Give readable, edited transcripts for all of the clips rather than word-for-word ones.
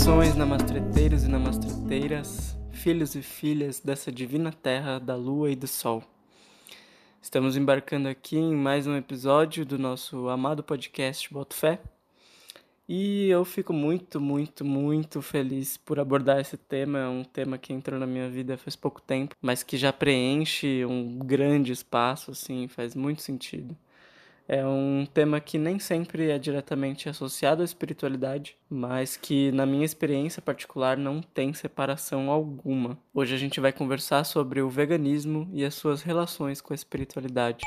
Saudações, namastreteiros e namastreteiras, filhos e filhas dessa divina terra da lua e do sol. Estamos embarcando aqui em mais um episódio do nosso amado podcast Boto Fé. E eu fico muito feliz por abordar esse tema. É um tema que entrou na minha vida faz pouco tempo, mas que já preenche um grande espaço, assim, faz muito sentido. É um tema que nem sempre é diretamente associado à espiritualidade, mas que, na minha experiência particular, não tem separação alguma. Hoje a gente vai conversar sobre o veganismo e as suas relações com a espiritualidade.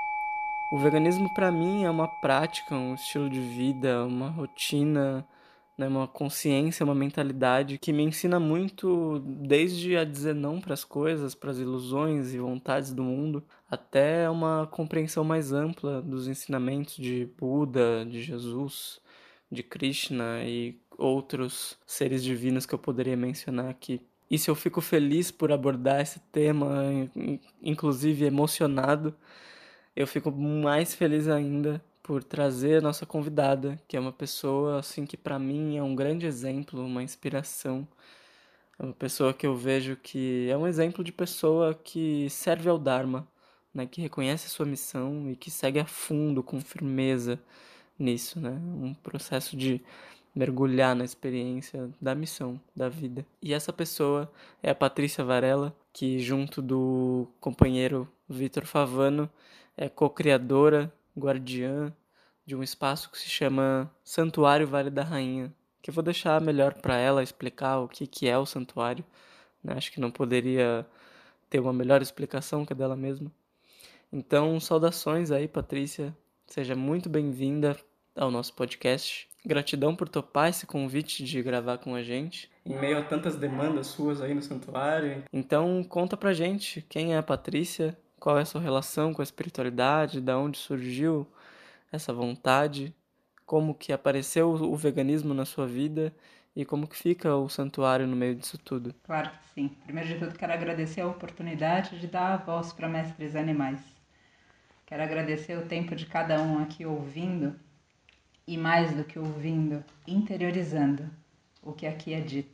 O veganismo, para mim, é uma prática, um estilo de vida, uma rotina, né, uma consciência, uma mentalidade que me ensina muito, desde a dizer não para as coisas, para as ilusões e vontades do mundo, até uma compreensão mais ampla dos ensinamentos de Buda, de Jesus, de Krishna e outros seres divinos que eu poderia mencionar aqui. E se eu fico feliz por abordar esse tema, inclusive emocionado, eu fico mais feliz ainda por trazer a nossa convidada, que é uma pessoa assim que para mim é um grande exemplo, uma inspiração. É uma pessoa que eu vejo que é um exemplo de pessoa que serve ao Dharma, né, que reconhece a sua missão e que segue a fundo, com firmeza nisso, né? Um processo de mergulhar na experiência da missão, da vida. E essa pessoa é a Patrícia Varela, que junto do companheiro Vitor Favano é co-criadora, guardiã de um espaço que se chama Santuário Vale da Rainha, que eu vou deixar melhor para ela explicar o que é o santuário, né? Acho que não poderia ter uma melhor explicação que a dela mesma. Então, saudações aí, Patrícia. Seja muito bem-vinda ao nosso podcast. Gratidão por topar esse convite de gravar com a gente, em meio a tantas demandas suas aí no santuário. Então, conta pra gente quem é a Patrícia, qual é a sua relação com a espiritualidade, da onde surgiu essa vontade, como que apareceu o veganismo na sua vida e como que fica o santuário no meio disso tudo. Claro que sim. Primeiro de tudo, quero agradecer a oportunidade de dar a voz para Mestres Animais. Quero agradecer o tempo de cada um aqui ouvindo e, mais do que ouvindo, interiorizando o que aqui é dito.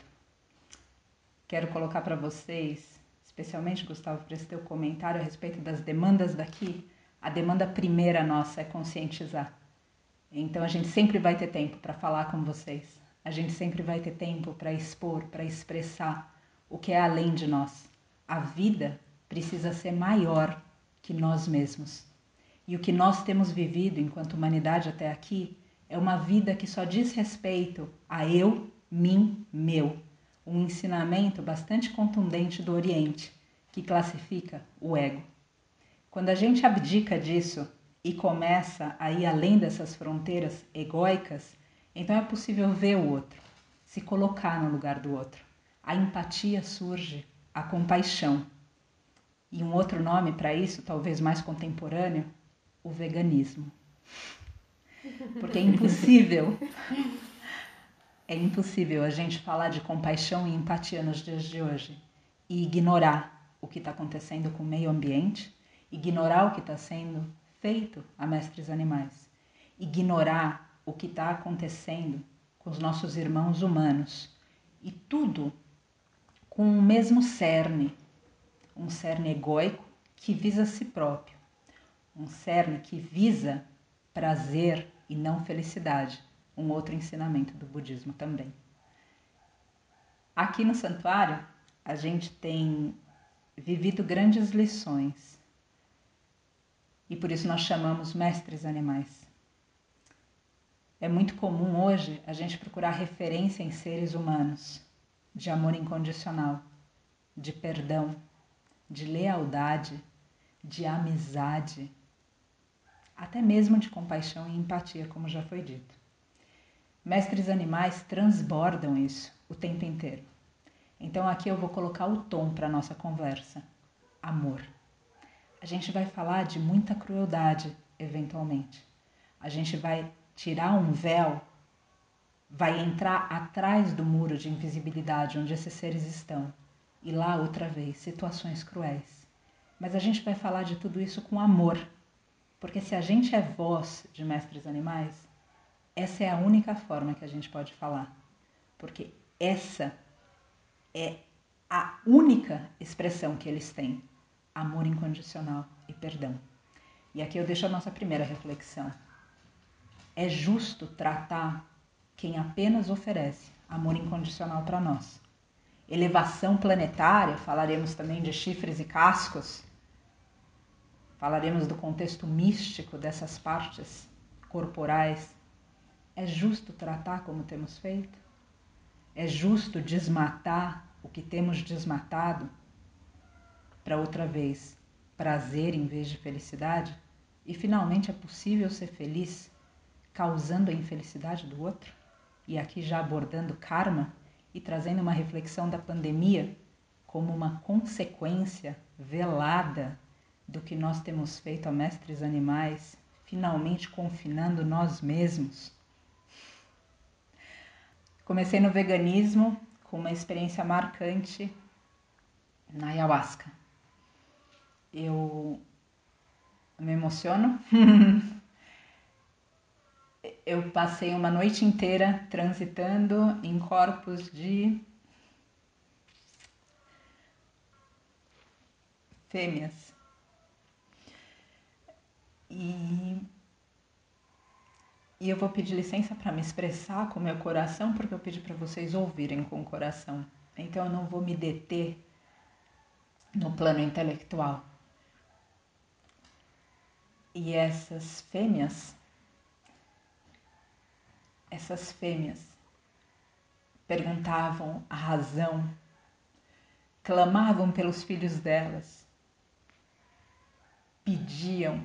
Quero colocar para vocês, especialmente, Gustavo, para esse teu comentário a respeito das demandas daqui. A demanda primeira nossa é conscientizar. Então a gente sempre vai ter tempo para falar com vocês. A gente sempre vai ter tempo para expor, para expressar o que é além de nós. A vida precisa ser maior que nós mesmos. E o que nós temos vivido enquanto humanidade até aqui é uma vida que só diz respeito a eu, mim, meu. Um ensinamento bastante contundente do Oriente, que classifica o ego. Quando a gente abdica disso e começa a ir além dessas fronteiras egóicas, então é possível ver o outro, se colocar no lugar do outro. A empatia surge, a compaixão. E um outro nome para isso, talvez mais contemporâneo, o veganismo. Porque é impossível a gente falar de compaixão e empatia nos dias de hoje e ignorar o que está acontecendo com o meio ambiente, ignorar o que está sendo feito a Mestres Animais, ignorar o que está acontecendo com os nossos irmãos humanos. E tudo com o mesmo cerne, um cerne egóico que visa a si próprio, um cerne que visa prazer e não felicidade, um outro ensinamento do budismo também. Aqui no santuário, a gente tem vivido grandes lições e por isso nós chamamos Mestres Animais. É muito comum hoje a gente procurar referência em seres humanos de amor incondicional, de perdão, de lealdade, de amizade, até mesmo de compaixão e empatia, como já foi dito. Mestres Animais transbordam isso o tempo inteiro. Então aqui eu vou colocar o tom para a nossa conversa. Amor. A gente vai falar de muita crueldade, eventualmente. A gente vai tirar um véu, vai entrar atrás do muro de invisibilidade onde esses seres estão. E lá, outra vez, situações cruéis. Mas a gente vai falar de tudo isso com amor. Porque se a gente é voz de Mestres Animais, essa é a única forma que a gente pode falar. Porque essa é a única expressão que eles têm: amor incondicional e perdão. E aqui eu deixo a nossa primeira reflexão. É justo tratar quem apenas oferece amor incondicional para nós. Elevação planetária, falaremos também de chifres e cascos, falaremos do contexto místico dessas partes corporais. É justo tratar como temos feito? É justo desmatar o que temos desmatado para outra vez prazer em vez de felicidade? E finalmente é possível ser feliz causando a infelicidade do outro? E aqui já abordando karma e trazendo uma reflexão da pandemia como uma consequência velada do que nós temos feito a mestres animais, finalmente confinando nós mesmos. Comecei no veganismo com uma experiência marcante na ayahuasca. Eu me emociono. Eu passei uma noite inteira transitando em corpos de fêmeas. E eu vou pedir licença para me expressar com o meu coração, porque eu pedi para vocês ouvirem com o coração. Então eu não vou me deter no plano intelectual. E essas fêmeas perguntavam a razão, clamavam pelos filhos delas, pediam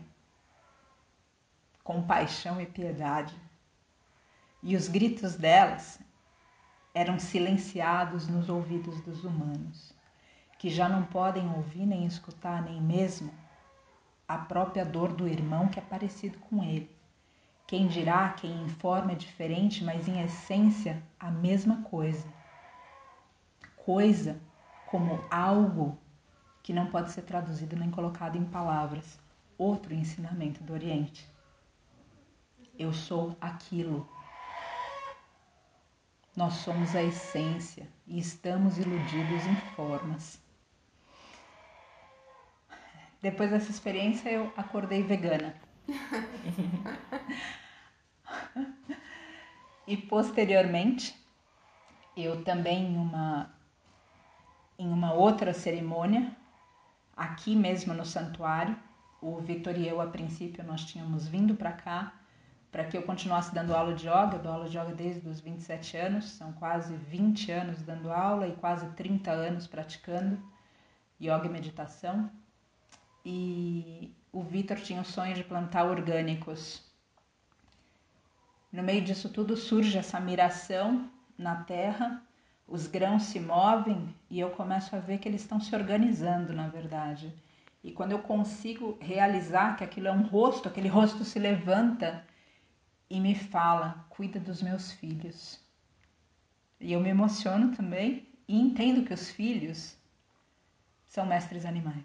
compaixão e piedade. E os gritos delas eram silenciados nos ouvidos dos humanos, que já não podem ouvir nem escutar nem mesmo a própria dor do irmão que é parecido com ele. Quem dirá que em forma é diferente, mas em essência a mesma coisa. Coisa como algo que não pode ser traduzido nem colocado em palavras. Outro ensinamento do Oriente. Eu sou aquilo. Nós somos a essência e estamos iludidos em formas. Depois dessa experiência eu acordei vegana. E posteriormente, eu também em uma outra cerimônia, aqui mesmo no santuário, o Vitor e eu, a princípio, nós tínhamos vindo para cá para que eu continuasse dando aula de yoga. Eu dou aula de yoga desde os 27 anos, são quase 20 anos dando aula e quase 30 anos praticando yoga e meditação. E o Vitor tinha o sonho de plantar orgânicos. No meio disso tudo surge essa miração na terra, os grãos se movem e eu começo a ver que eles estão se organizando, na verdade. E quando eu consigo realizar que aquilo é um rosto, aquele rosto se levanta e me fala: cuida dos meus filhos. E eu me emociono também e entendo que os filhos são mestres animais.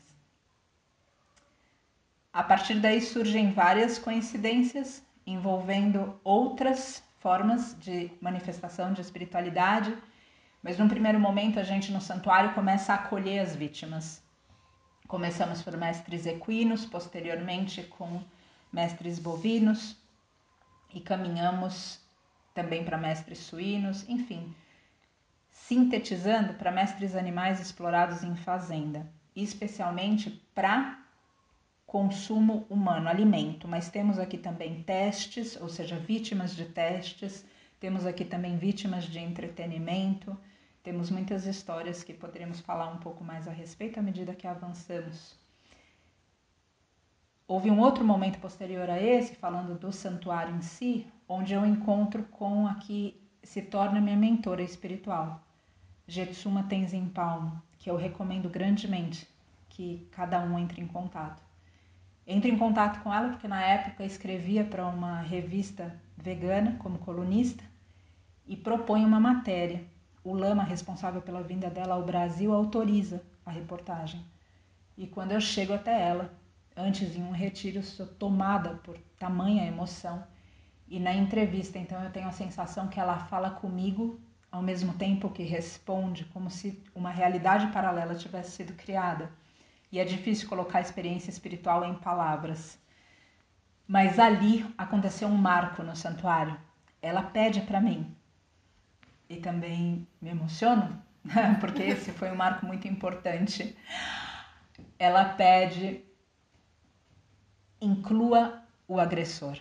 A partir daí surgem várias coincidências envolvendo outras formas de manifestação de espiritualidade, mas num primeiro momento a gente no santuário começa a acolher as vítimas. Começamos por mestres equinos, posteriormente com mestres bovinos e caminhamos também para mestres suínos, enfim, sintetizando para mestres animais explorados em fazenda, especialmente para consumo humano, alimento, mas temos aqui também testes, ou seja, vítimas de testes, temos aqui também vítimas de entretenimento, temos muitas histórias que poderíamos falar um pouco mais a respeito à medida que avançamos. Houve um outro momento posterior a esse, falando do santuário em si, onde eu encontro com a que se torna minha mentora espiritual, Jetsuma Tenzin Palmo, que eu recomendo grandemente que cada um entre em contato. Entro em contato com ela porque na época escrevia para uma revista vegana como colunista e propõe uma matéria. O lama responsável pela vinda dela ao Brasil autoriza a reportagem. E quando eu chego até ela, antes em um retiro, sou tomada por tamanha emoção. E na entrevista, então, eu tenho a sensação que ela fala comigo ao mesmo tempo que responde como se uma realidade paralela tivesse sido criada. E é difícil colocar a experiência espiritual em palavras. Mas ali aconteceu um marco no santuário. Ela pede para mim. E também me emociono, porque esse foi um marco muito importante. Ela pede: inclua o agressor.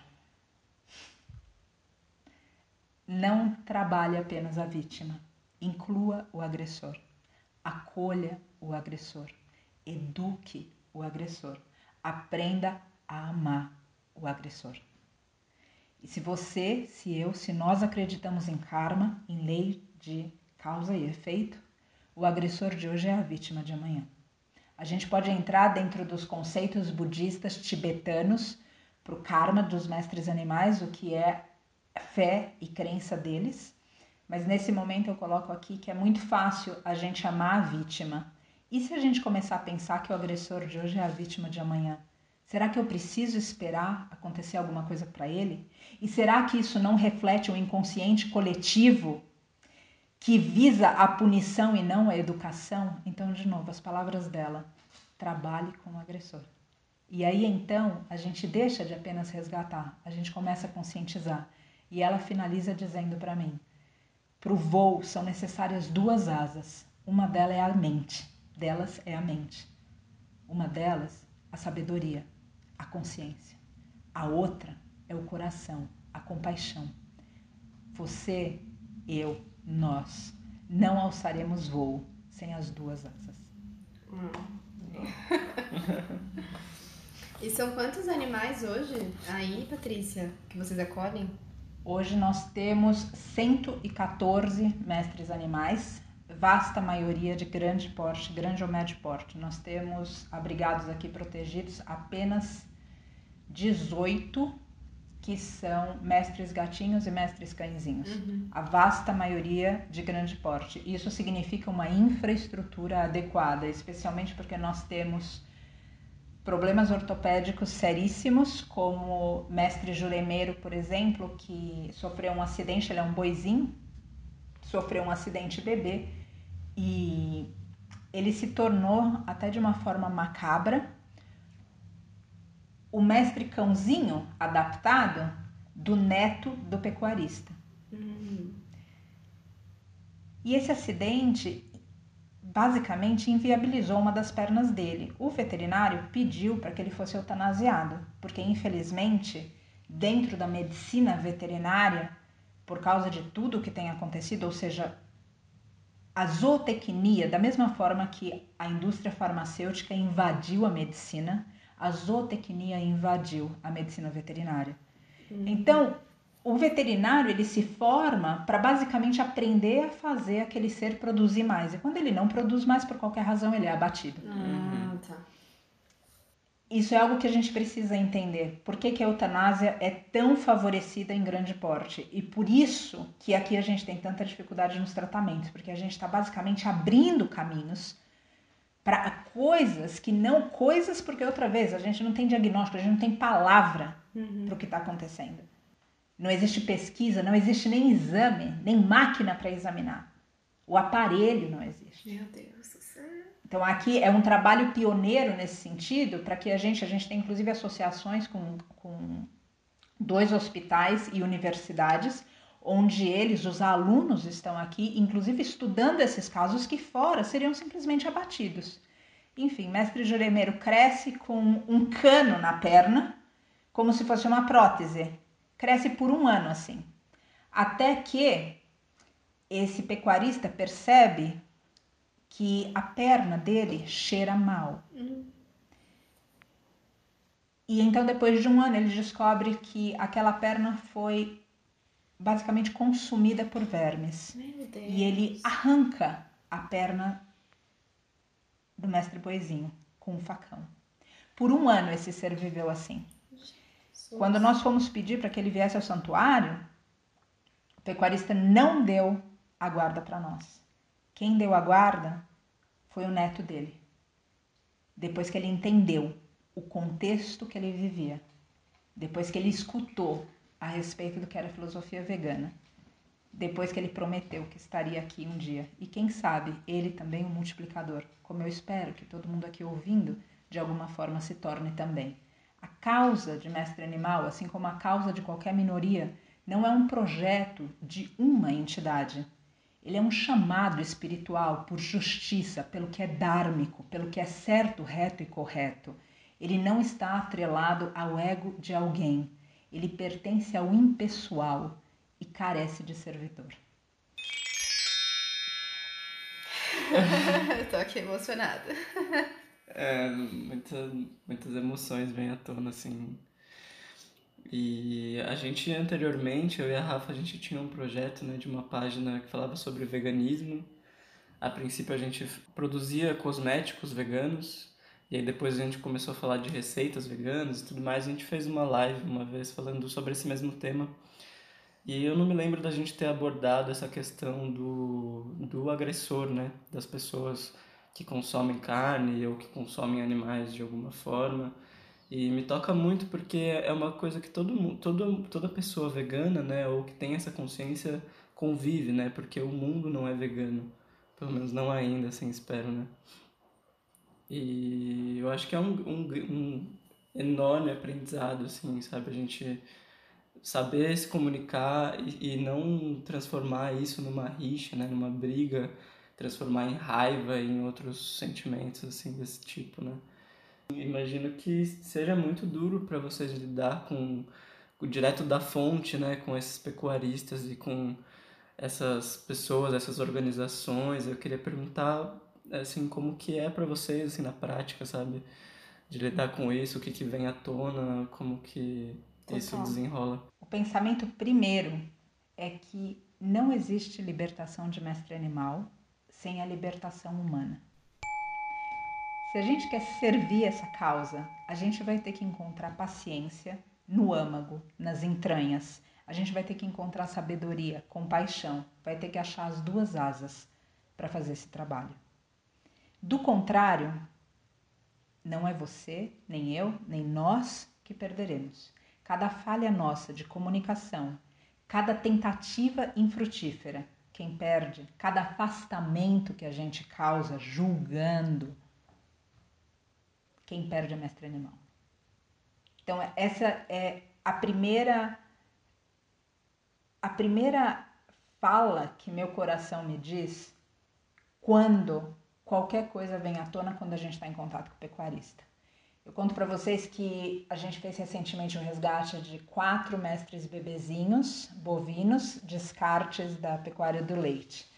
Não trabalhe apenas a vítima. Inclua o agressor. Acolha o agressor. Eduque o agressor. Aprenda a amar o agressor. E se você, se eu, se nós acreditamos em karma, em lei de causa e efeito, o agressor de hoje é a vítima de amanhã. A gente pode entrar dentro dos conceitos budistas tibetanos para o karma dos mestres animais, o que é fé e crença deles, mas nesse momento eu coloco aqui que é muito fácil a gente amar a vítima. E se a gente começar a pensar que o agressor de hoje é a vítima de amanhã? Será que eu preciso esperar acontecer alguma coisa para ele? E será que isso não reflete um inconsciente coletivo que visa a punição e não a educação? Então, de novo, as palavras dela: trabalhe com o agressor. E aí, então, a gente deixa de apenas resgatar, a gente começa a conscientizar. E ela finaliza dizendo para mim: para o voo são necessárias 2 asas. Uma delas é a mente, delas é a mente. Uma delas, a sabedoria, a consciência. A outra é o coração, a compaixão. Você, eu, nós não alçaremos voo sem as 2 asas. E são quantos animais hoje aí, Patrícia, que vocês acolhem? Hoje nós temos 114 mestres animais, vasta maioria de grande porte, grande ou médio porte. Nós temos abrigados aqui protegidos apenas 18 que são mestres gatinhos e mestres cãezinhos. A vasta maioria de grande porte. Isso significa uma infraestrutura adequada, especialmente porque nós temos problemas ortopédicos seríssimos, como mestre Juremeiro, por exemplo, que sofreu um acidente, ele é um boizinho, sofreu um acidente bebê e ele se tornou, até de uma forma macabra, o mestre cãozinho adaptado do neto do pecuarista. E esse acidente basicamente inviabilizou uma das pernas dele. O veterinário pediu para que ele fosse eutanasiado, porque infelizmente, dentro da medicina veterinária, por causa de tudo que tem acontecido, ou seja, a zootecnia, da mesma forma que a indústria farmacêutica invadiu a medicina, a zootecnia invadiu a medicina veterinária. Então, o veterinário ele se forma para basicamente aprender a fazer aquele ser produzir mais. E quando ele não produz mais, por qualquer razão, ele é abatido. Tá. Isso é algo que a gente precisa entender. Por que a eutanásia é tão favorecida em grande porte? E por isso que aqui a gente tem tanta dificuldade nos tratamentos, porque a gente está basicamente abrindo caminhos para coisas que não... Coisas porque, outra vez, a gente não tem diagnóstico, a gente não tem palavra para o que está acontecendo. Não existe pesquisa, não existe nem exame, nem máquina para examinar. O aparelho não existe. Meu Deus do céu. Então aqui é um trabalho pioneiro nesse sentido, para que a gente tem inclusive associações com 2 hospitais e universidades, onde os alunos estão aqui, inclusive estudando esses casos que fora seriam simplesmente abatidos. Enfim, mestre Juremeiro cresce com um cano na perna, como se fosse uma prótese. Cresce por 1 ano assim. Até que esse pecuarista percebe que a perna dele cheira mal. E então, depois de 1 ano, ele descobre que aquela perna foi basicamente consumida por vermes. Meu Deus. E ele arranca a perna do mestre Boizinho com um facão. Por 1 ano esse ser viveu assim. Quando nós fomos pedir para que ele viesse ao santuário, o pecuarista não deu a guarda para nós. Quem deu a guarda foi o neto dele. Depois que ele entendeu o contexto que ele vivia, depois que ele escutou a respeito do que era filosofia vegana, depois que ele prometeu que estaria aqui um dia. E quem sabe, ele também um multiplicador, como eu espero que todo mundo aqui ouvindo, de alguma forma se torne também. A causa de Mestre Animal, assim como a causa de qualquer minoria, não é um projeto de uma entidade. Ele é um chamado espiritual por justiça, pelo que é dármico, pelo que é certo, reto e correto. Ele não está atrelado ao ego de alguém. Ele pertence ao impessoal e carece de servidor. Tô aqui emocionada. Muitas emoções vêm à tona, assim. E a gente anteriormente, eu e a Rafa, a gente tinha um projeto, né, de uma página que falava sobre veganismo. A princípio a gente produzia cosméticos veganos, e aí depois a gente começou a falar de receitas veganas e tudo mais. A gente fez uma live uma vez falando sobre esse mesmo tema. E eu não me lembro da gente ter abordado essa questão do agressor, né? Das pessoas que consomem carne ou que consomem animais de alguma forma. E me toca muito porque é uma coisa que toda pessoa vegana, né? Ou que tem essa consciência convive, né? Porque o mundo não é vegano. Pelo menos não ainda, assim, espero, né? E eu acho que é um enorme aprendizado, assim, sabe? A gente saber se comunicar e não transformar isso numa rixa, né, numa briga, transformar em raiva, em outros sentimentos assim desse tipo, né? Imagino que seja muito duro para vocês lidar com o direto da fonte, né, com esses pecuaristas e com essas pessoas, essas organizações. Eu queria perguntar assim como que é para vocês assim na prática, sabe? De lidar com isso, o que vem à tona, como que isso Total. desenrola. O pensamento primeiro é que não existe libertação de mestre animal sem a libertação humana. Se a gente quer servir essa causa, a gente vai ter que encontrar paciência no âmago, nas entranhas. A gente vai ter que encontrar sabedoria, compaixão, vai ter que achar as duas asas para fazer esse trabalho. Do contrário, não é você, nem eu, nem nós que perderemos. Cada falha nossa de comunicação, cada tentativa infrutífera, quem perde, cada afastamento que a gente causa julgando, quem perde é mestre animal. Então, essa é a primeira fala que meu coração me diz quando qualquer coisa vem à tona quando a gente está em contato com o pecuarista. Eu conto para vocês que a gente fez recentemente um resgate de 4 mestres bebezinhos bovinos, descartes da pecuária do leite.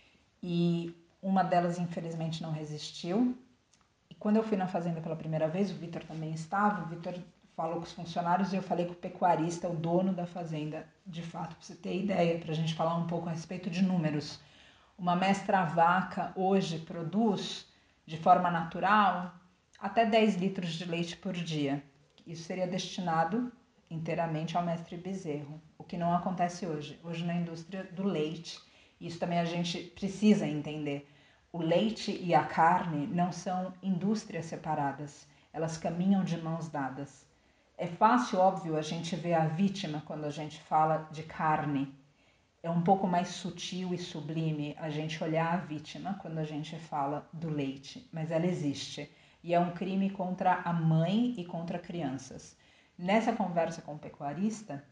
E uma delas, infelizmente, não resistiu. E quando eu fui na fazenda pela primeira vez, o Vitor também estava, o Vitor falou com os funcionários e eu falei com o pecuarista, o dono da fazenda, de fato, para você ter ideia, para a gente falar um pouco a respeito de números. Uma mestra vaca hoje produz, de forma natural, até 10 litros de leite por dia. Isso seria destinado inteiramente ao mestre bezerro, o que não acontece hoje. Hoje na indústria do leite, isso também a gente precisa entender. O leite e a carne não são indústrias separadas, elas caminham de mãos dadas. É fácil, óbvio, a gente ver a vítima quando a gente fala de carne. É um pouco mais sutil e sublime a gente olhar a vítima quando a gente fala do leite, mas ela existe. E é um crime contra a mãe e contra crianças. Nessa conversa com o pecuarista,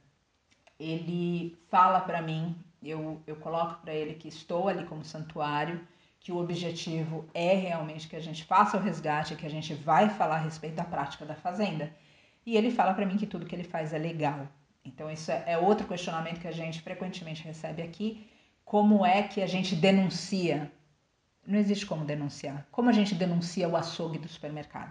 ele fala para mim, eu coloco para ele que estou ali como santuário, que o objetivo é realmente que a gente faça o resgate, que a gente vai falar a respeito da prática da fazenda. E ele fala para mim que tudo que ele faz é legal. Então isso é outro questionamento que a gente frequentemente recebe aqui. Como é que a gente denuncia? Não existe como denunciar. Como a gente denuncia o açougue do supermercado?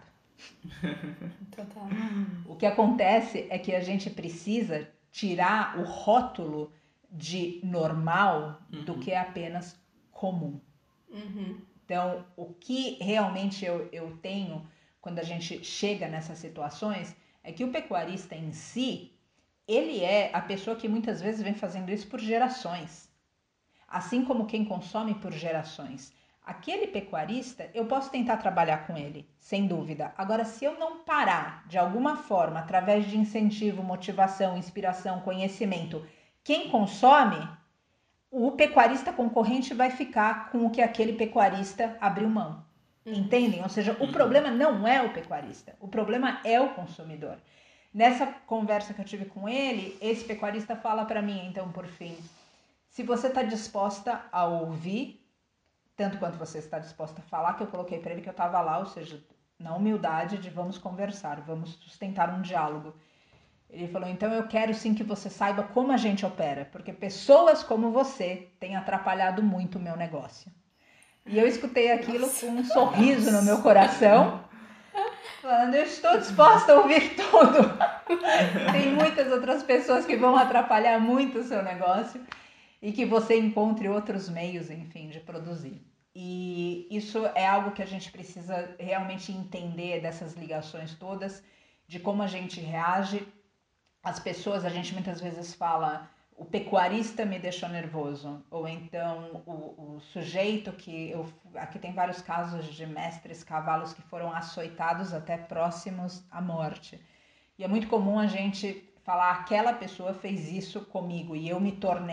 Total. O que acontece é que a gente precisa tirar o rótulo de normal do que é apenas comum. Então, o que realmente eu tenho quando a gente chega nessas situações é que o pecuarista em si, ele é a pessoa que muitas vezes vem fazendo isso por gerações. Assim como quem consome por gerações. Aquele pecuarista, eu posso tentar trabalhar com ele, sem dúvida. Agora, se eu não parar, de alguma forma, através de incentivo, motivação, inspiração, conhecimento, quem consome, o pecuarista concorrente vai ficar com o que aquele pecuarista abriu mão. Entendem? Ou seja, o problema não é o pecuarista, o problema é o consumidor. Nessa conversa que eu tive com ele, esse pecuarista fala para mim, então, por fim, se você está disposta a ouvir, tanto quanto você está disposta a falar, que eu coloquei para ele que eu estava lá, ou seja, na humildade de vamos conversar, vamos sustentar um diálogo. Ele falou, então eu quero sim que você saiba como a gente opera, porque pessoas como você têm atrapalhado muito o meu negócio. E eu escutei aquilo com um sorriso no meu coração, falando, eu estou disposta a ouvir tudo. Tem muitas outras pessoas que vão atrapalhar muito o seu negócio e que você encontre outros meios, enfim, de produzir. E isso é algo que a gente precisa realmente entender dessas ligações todas, de como a gente reage. As pessoas, a gente muitas vezes fala, o pecuarista me deixou nervoso, ou então o sujeito que... Aqui tem vários casos de mestres cavalos que foram açoitados até próximos à morte. E é muito comum a gente falar, aquela pessoa fez isso comigo e eu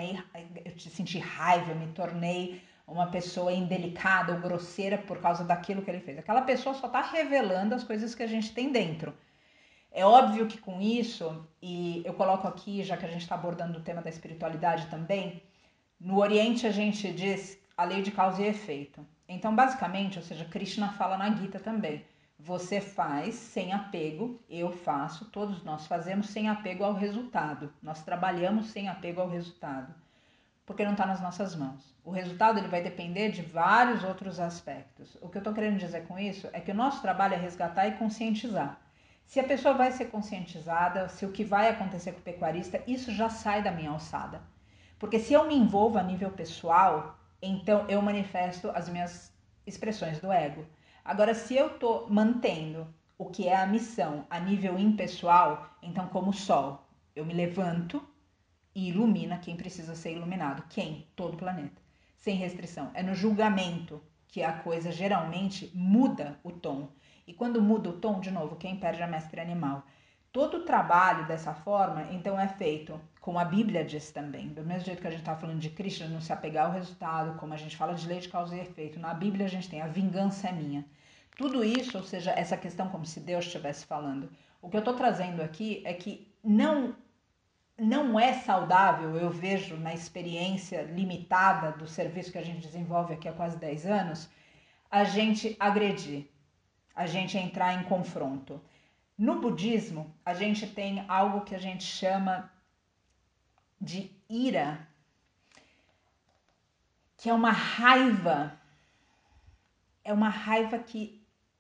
te senti raiva, eu me tornei uma pessoa indelicada ou grosseira por causa daquilo que ele fez. Aquela pessoa só está revelando as coisas que a gente tem dentro. É óbvio que com isso, e eu coloco aqui, já que a gente está abordando o tema da espiritualidade também, no Oriente a gente diz a lei de causa e efeito. Então, basicamente, ou seja, Krishna fala na Gita também, você faz sem apego, eu faço, todos nós fazemos sem apego ao resultado. Nós trabalhamos sem apego ao resultado, porque não está nas nossas mãos. O resultado ele vai depender de vários outros aspectos. O que eu estou querendo dizer com isso é que o nosso trabalho é resgatar e conscientizar. Se a pessoa vai ser conscientizada, se o que vai acontecer com o pecuarista, isso já sai da minha alçada. Porque se eu me envolvo a nível pessoal, então eu manifesto as minhas expressões do ego. Agora, se eu estou mantendo o que é a missão a nível impessoal, então como o sol, eu me levanto e ilumina quem precisa ser iluminado. Quem? Todo o planeta. Sem restrição. É no julgamento que a coisa geralmente muda o tom. E quando muda o tom, de novo, quem perde é a mestre animal. Todo o trabalho dessa forma, então, é feito, como a Bíblia diz também. Do mesmo jeito que a gente está falando de Krishna, não se apegar ao resultado, como a gente fala de lei de causa e efeito. Na Bíblia a gente tem a vingança é minha. Tudo isso, ou seja, essa questão como se Deus estivesse falando. O que eu estou trazendo aqui é que não é saudável, eu vejo na experiência limitada do serviço que a gente desenvolve aqui há quase 10 anos, a gente agredir, a gente entrar em confronto. No budismo, a gente tem algo que a gente chama de ira, que é uma raiva que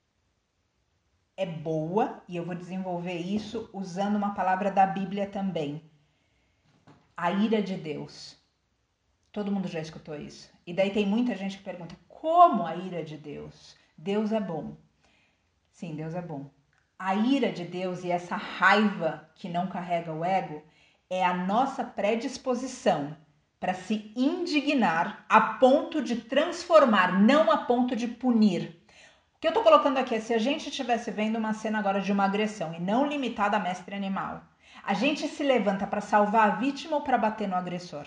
é boa, e eu vou desenvolver isso usando uma palavra da Bíblia também. A ira de Deus. Todo mundo já escutou isso. E daí tem muita gente que pergunta, como a ira de Deus? Deus é bom. Sim, Deus é bom. A ira de Deus e essa raiva que não carrega o ego é a nossa predisposição para se indignar a ponto de transformar, não a ponto de punir. O que eu estou colocando aqui é se a gente estivesse vendo uma cena agora de uma agressão e não limitada a mestre animal, a gente se levanta para salvar a vítima ou para bater no agressor?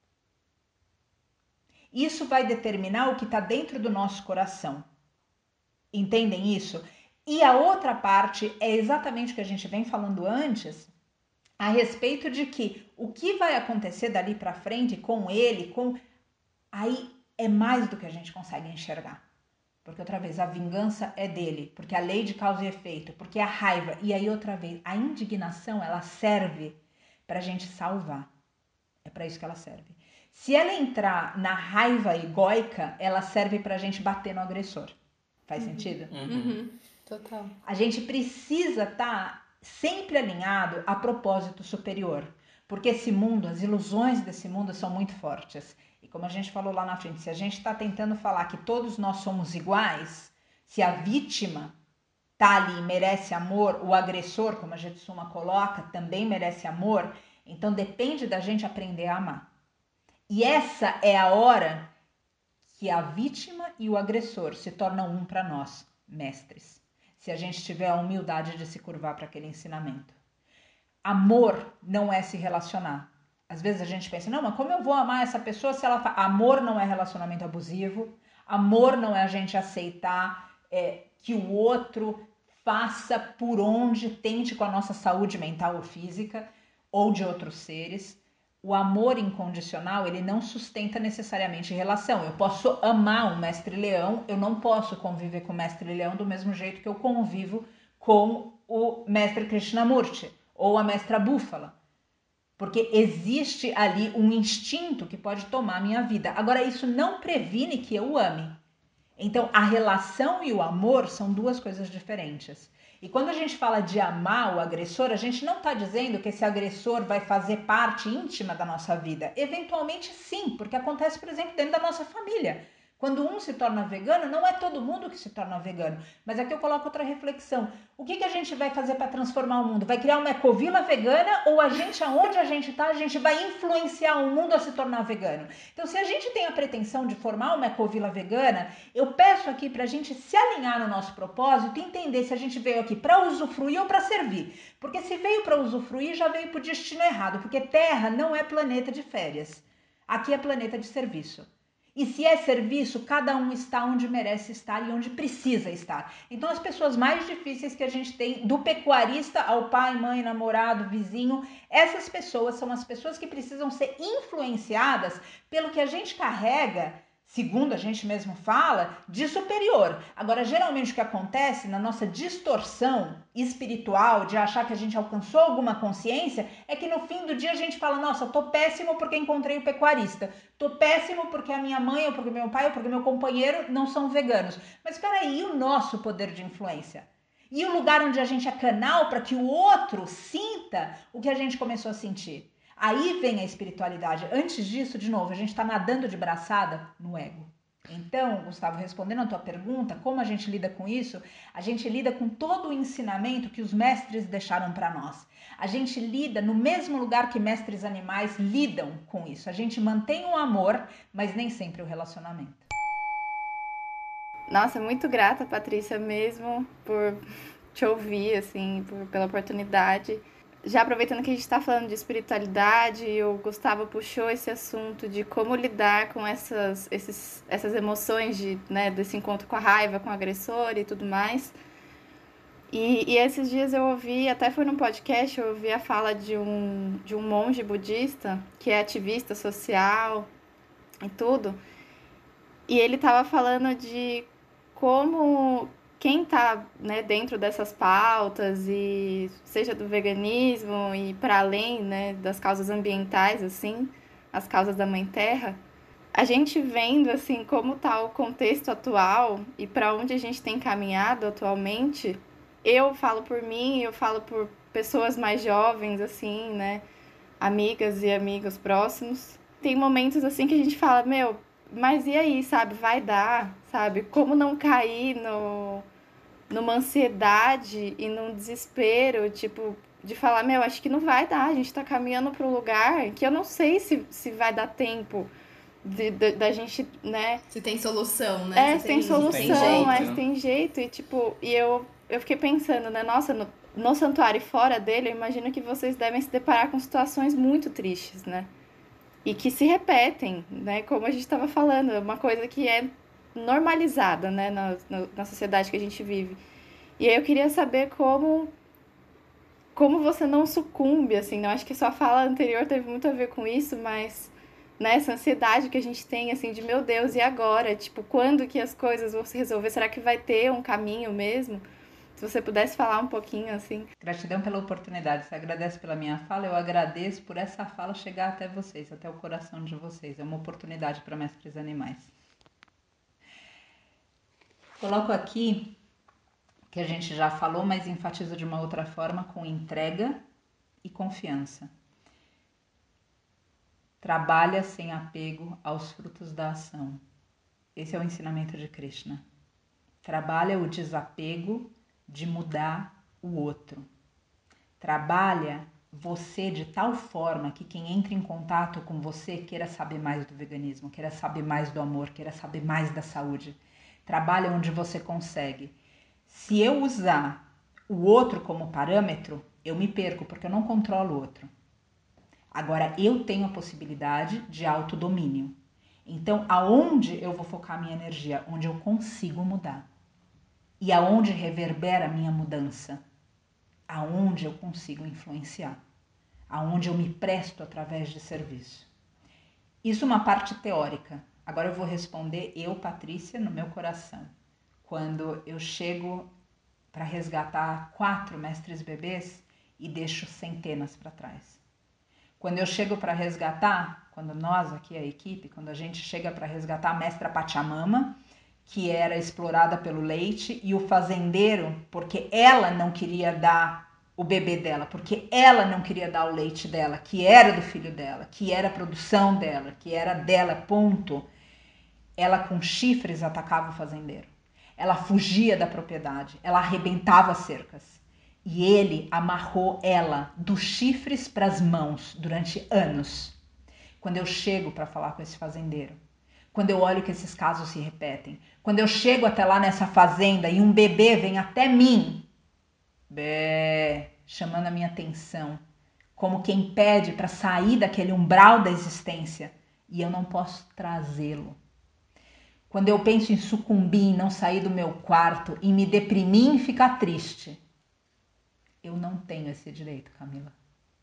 Isso vai determinar o que está dentro do nosso coração. Entendem isso? E a outra parte é exatamente o que a gente vem falando antes, a respeito de que o que vai acontecer dali para frente com ele, aí é mais do que a gente consegue enxergar. Porque outra vez, a vingança é dele, porque a lei de causa e efeito, porque a raiva, e aí outra vez, a indignação, ela serve para a gente salvar. É para isso que ela serve. Se ela entrar na raiva egóica, ela serve para a gente bater no agressor. Faz sentido? Total. A gente precisa estar sempre alinhado a propósito superior. Porque esse mundo, as ilusões desse mundo são muito fortes. E como a gente falou lá na frente, se a gente está tentando falar que todos nós somos iguais, se a vítima está ali e merece amor, o agressor, como a Jetsuma coloca, também merece amor, então depende da gente aprender a amar. E essa é a hora que a vítima e o agressor se tornam um para nós, mestres. Se a gente tiver a humildade de se curvar para aquele ensinamento. Amor não é se relacionar. Às vezes a gente pensa, não, mas como eu vou amar essa pessoa se ela... Amor não é relacionamento abusivo, amor não é a gente aceitar que o outro faça por onde tente com a nossa saúde mental ou física, ou de outros seres. O amor incondicional, ele não sustenta necessariamente relação. Eu posso amar um mestre leão, eu não posso conviver com o mestre leão do mesmo jeito que eu convivo com o mestre Krishnamurti ou a mestra búfala. Porque existe ali um instinto que pode tomar a minha vida. Agora, isso não previne que eu o ame. Então, a relação e o amor são duas coisas diferentes. E quando a gente fala de amar o agressor, a gente não está dizendo que esse agressor vai fazer parte íntima da nossa vida. Eventualmente, sim, porque acontece, por exemplo, dentro da nossa família. Quando um se torna vegano, não é todo mundo que se torna vegano. Mas aqui eu coloco outra reflexão. O que a gente vai fazer para transformar o mundo? Vai criar uma ecovila vegana ou a gente, aonde a gente está, a gente vai influenciar o mundo a se tornar vegano? Então, se a gente tem a pretensão de formar uma ecovila vegana, eu peço aqui para a gente se alinhar no nosso propósito e entender se a gente veio aqui para usufruir ou para servir. Porque se veio para usufruir, já veio para o destino errado. Porque Terra não é planeta de férias. Aqui é planeta de serviço. E se é serviço, cada um está onde merece estar e onde precisa estar. Então, as pessoas mais difíceis que a gente tem, do pecuarista ao pai, mãe, namorado, vizinho, essas pessoas são as pessoas que precisam ser influenciadas pelo que a gente carrega, segundo a gente mesmo fala, de superior. Agora, geralmente o que acontece na nossa distorção espiritual, de achar que a gente alcançou alguma consciência, é que no fim do dia a gente fala, nossa, tô péssimo porque encontrei o pecuarista. Tô péssimo porque a minha mãe, ou porque meu pai, ou porque meu companheiro não são veganos. Mas peraí, e o nosso poder de influência? E o lugar onde a gente é canal para que o outro sinta o que a gente começou a sentir? Aí vem a espiritualidade. Antes disso, de novo, a gente está nadando de braçada no ego. Então, Gustavo, respondendo a tua pergunta, como a gente lida com isso? A gente lida com todo o ensinamento que os mestres deixaram para nós. A gente lida no mesmo lugar que mestres animais lidam com isso. A gente mantém o amor, mas nem sempre o relacionamento. Nossa, muito grata, Patrícia, mesmo por te ouvir, assim, pela oportunidade. Já aproveitando que a gente está falando de espiritualidade, o Gustavo puxou esse assunto de como lidar com essas emoções desse encontro com a raiva, com o agressor e tudo mais. E esses dias eu ouvi, até foi num podcast, eu ouvi a fala de um monge budista, que é ativista social e tudo. E ele estava falando de como quem está dentro dessas pautas, e seja do veganismo e para além das causas ambientais, assim, as causas da Mãe Terra, a gente vendo assim como está o contexto atual e para onde a gente tem caminhado atualmente, eu falo por mim, eu falo por pessoas mais jovens, assim, amigas e amigos próximos. Tem momentos assim que a gente fala, mas e aí, sabe? Vai dar, sabe? Como não cair numa ansiedade e num desespero, tipo, de falar, acho que não vai dar, a gente tá caminhando para um lugar que eu não sei se vai dar tempo da gente, Se tem solução, né? Se tem solução, mas tem jeito. E tipo, eu fiquei pensando, nossa, no santuário e fora dele, eu imagino que vocês devem se deparar com situações muito tristes, e que se repetem, como a gente estava falando, é uma coisa que é normalizada, na sociedade que a gente vive. E aí eu queria saber como você não sucumbe, assim, eu acho que sua fala anterior teve muito a ver com isso, mas essa ansiedade que a gente tem, assim, de meu Deus, e agora? Tipo, quando que as coisas vão se resolver? Será que vai ter um caminho mesmo? Se você pudesse falar um pouquinho, assim. Gratidão pela oportunidade. Você agradece pela minha fala, eu agradeço por essa fala chegar até vocês, até o coração de vocês. É uma oportunidade para mestres animais. Coloco aqui, que a gente já falou, mas enfatizo de uma outra forma, com entrega e confiança. Trabalha sem apego aos frutos da ação. Esse é o ensinamento de Krishna. Trabalha o desapego de mudar o outro. Trabalha você de tal forma que quem entra em contato com você queira saber mais do veganismo, queira saber mais do amor, queira saber mais da saúde. Trabalha onde você consegue. Se eu usar o outro como parâmetro, eu me perco, porque eu não controlo o outro. Agora, eu tenho a possibilidade de autodomínio. Então, aonde eu vou focar minha energia? Onde eu consigo mudar. E aonde reverbera a minha mudança? Aonde eu consigo influenciar. Aonde eu me presto através de serviço. Isso é uma parte teórica. Agora eu vou responder eu, Patrícia, no meu coração. Quando eu chego para resgatar 4 mestres bebês e deixo centenas para trás. Quando eu chego para resgatar, quando nós aqui, a equipe, quando a gente chega para resgatar a mestra Pachamama, que era explorada pelo leite, e o fazendeiro, porque ela não queria dar o bebê dela, porque ela não queria dar o leite dela, que era do filho dela, que era a produção dela, que era dela, ponto. Ela com chifres atacava o fazendeiro. Ela fugia da propriedade, ela arrebentava as cercas. E ele amarrou ela dos chifres para as mãos durante anos. Quando eu chego para falar com esse fazendeiro, quando eu olho que esses casos se repetem, quando eu chego até lá nessa fazenda e um bebê vem até mim, chamando a minha atenção, como quem pede para sair daquele umbral da existência, e eu não posso trazê-lo. Quando eu penso em sucumbir, em não sair do meu quarto, em me deprimir e ficar triste, eu não tenho esse direito, Camila.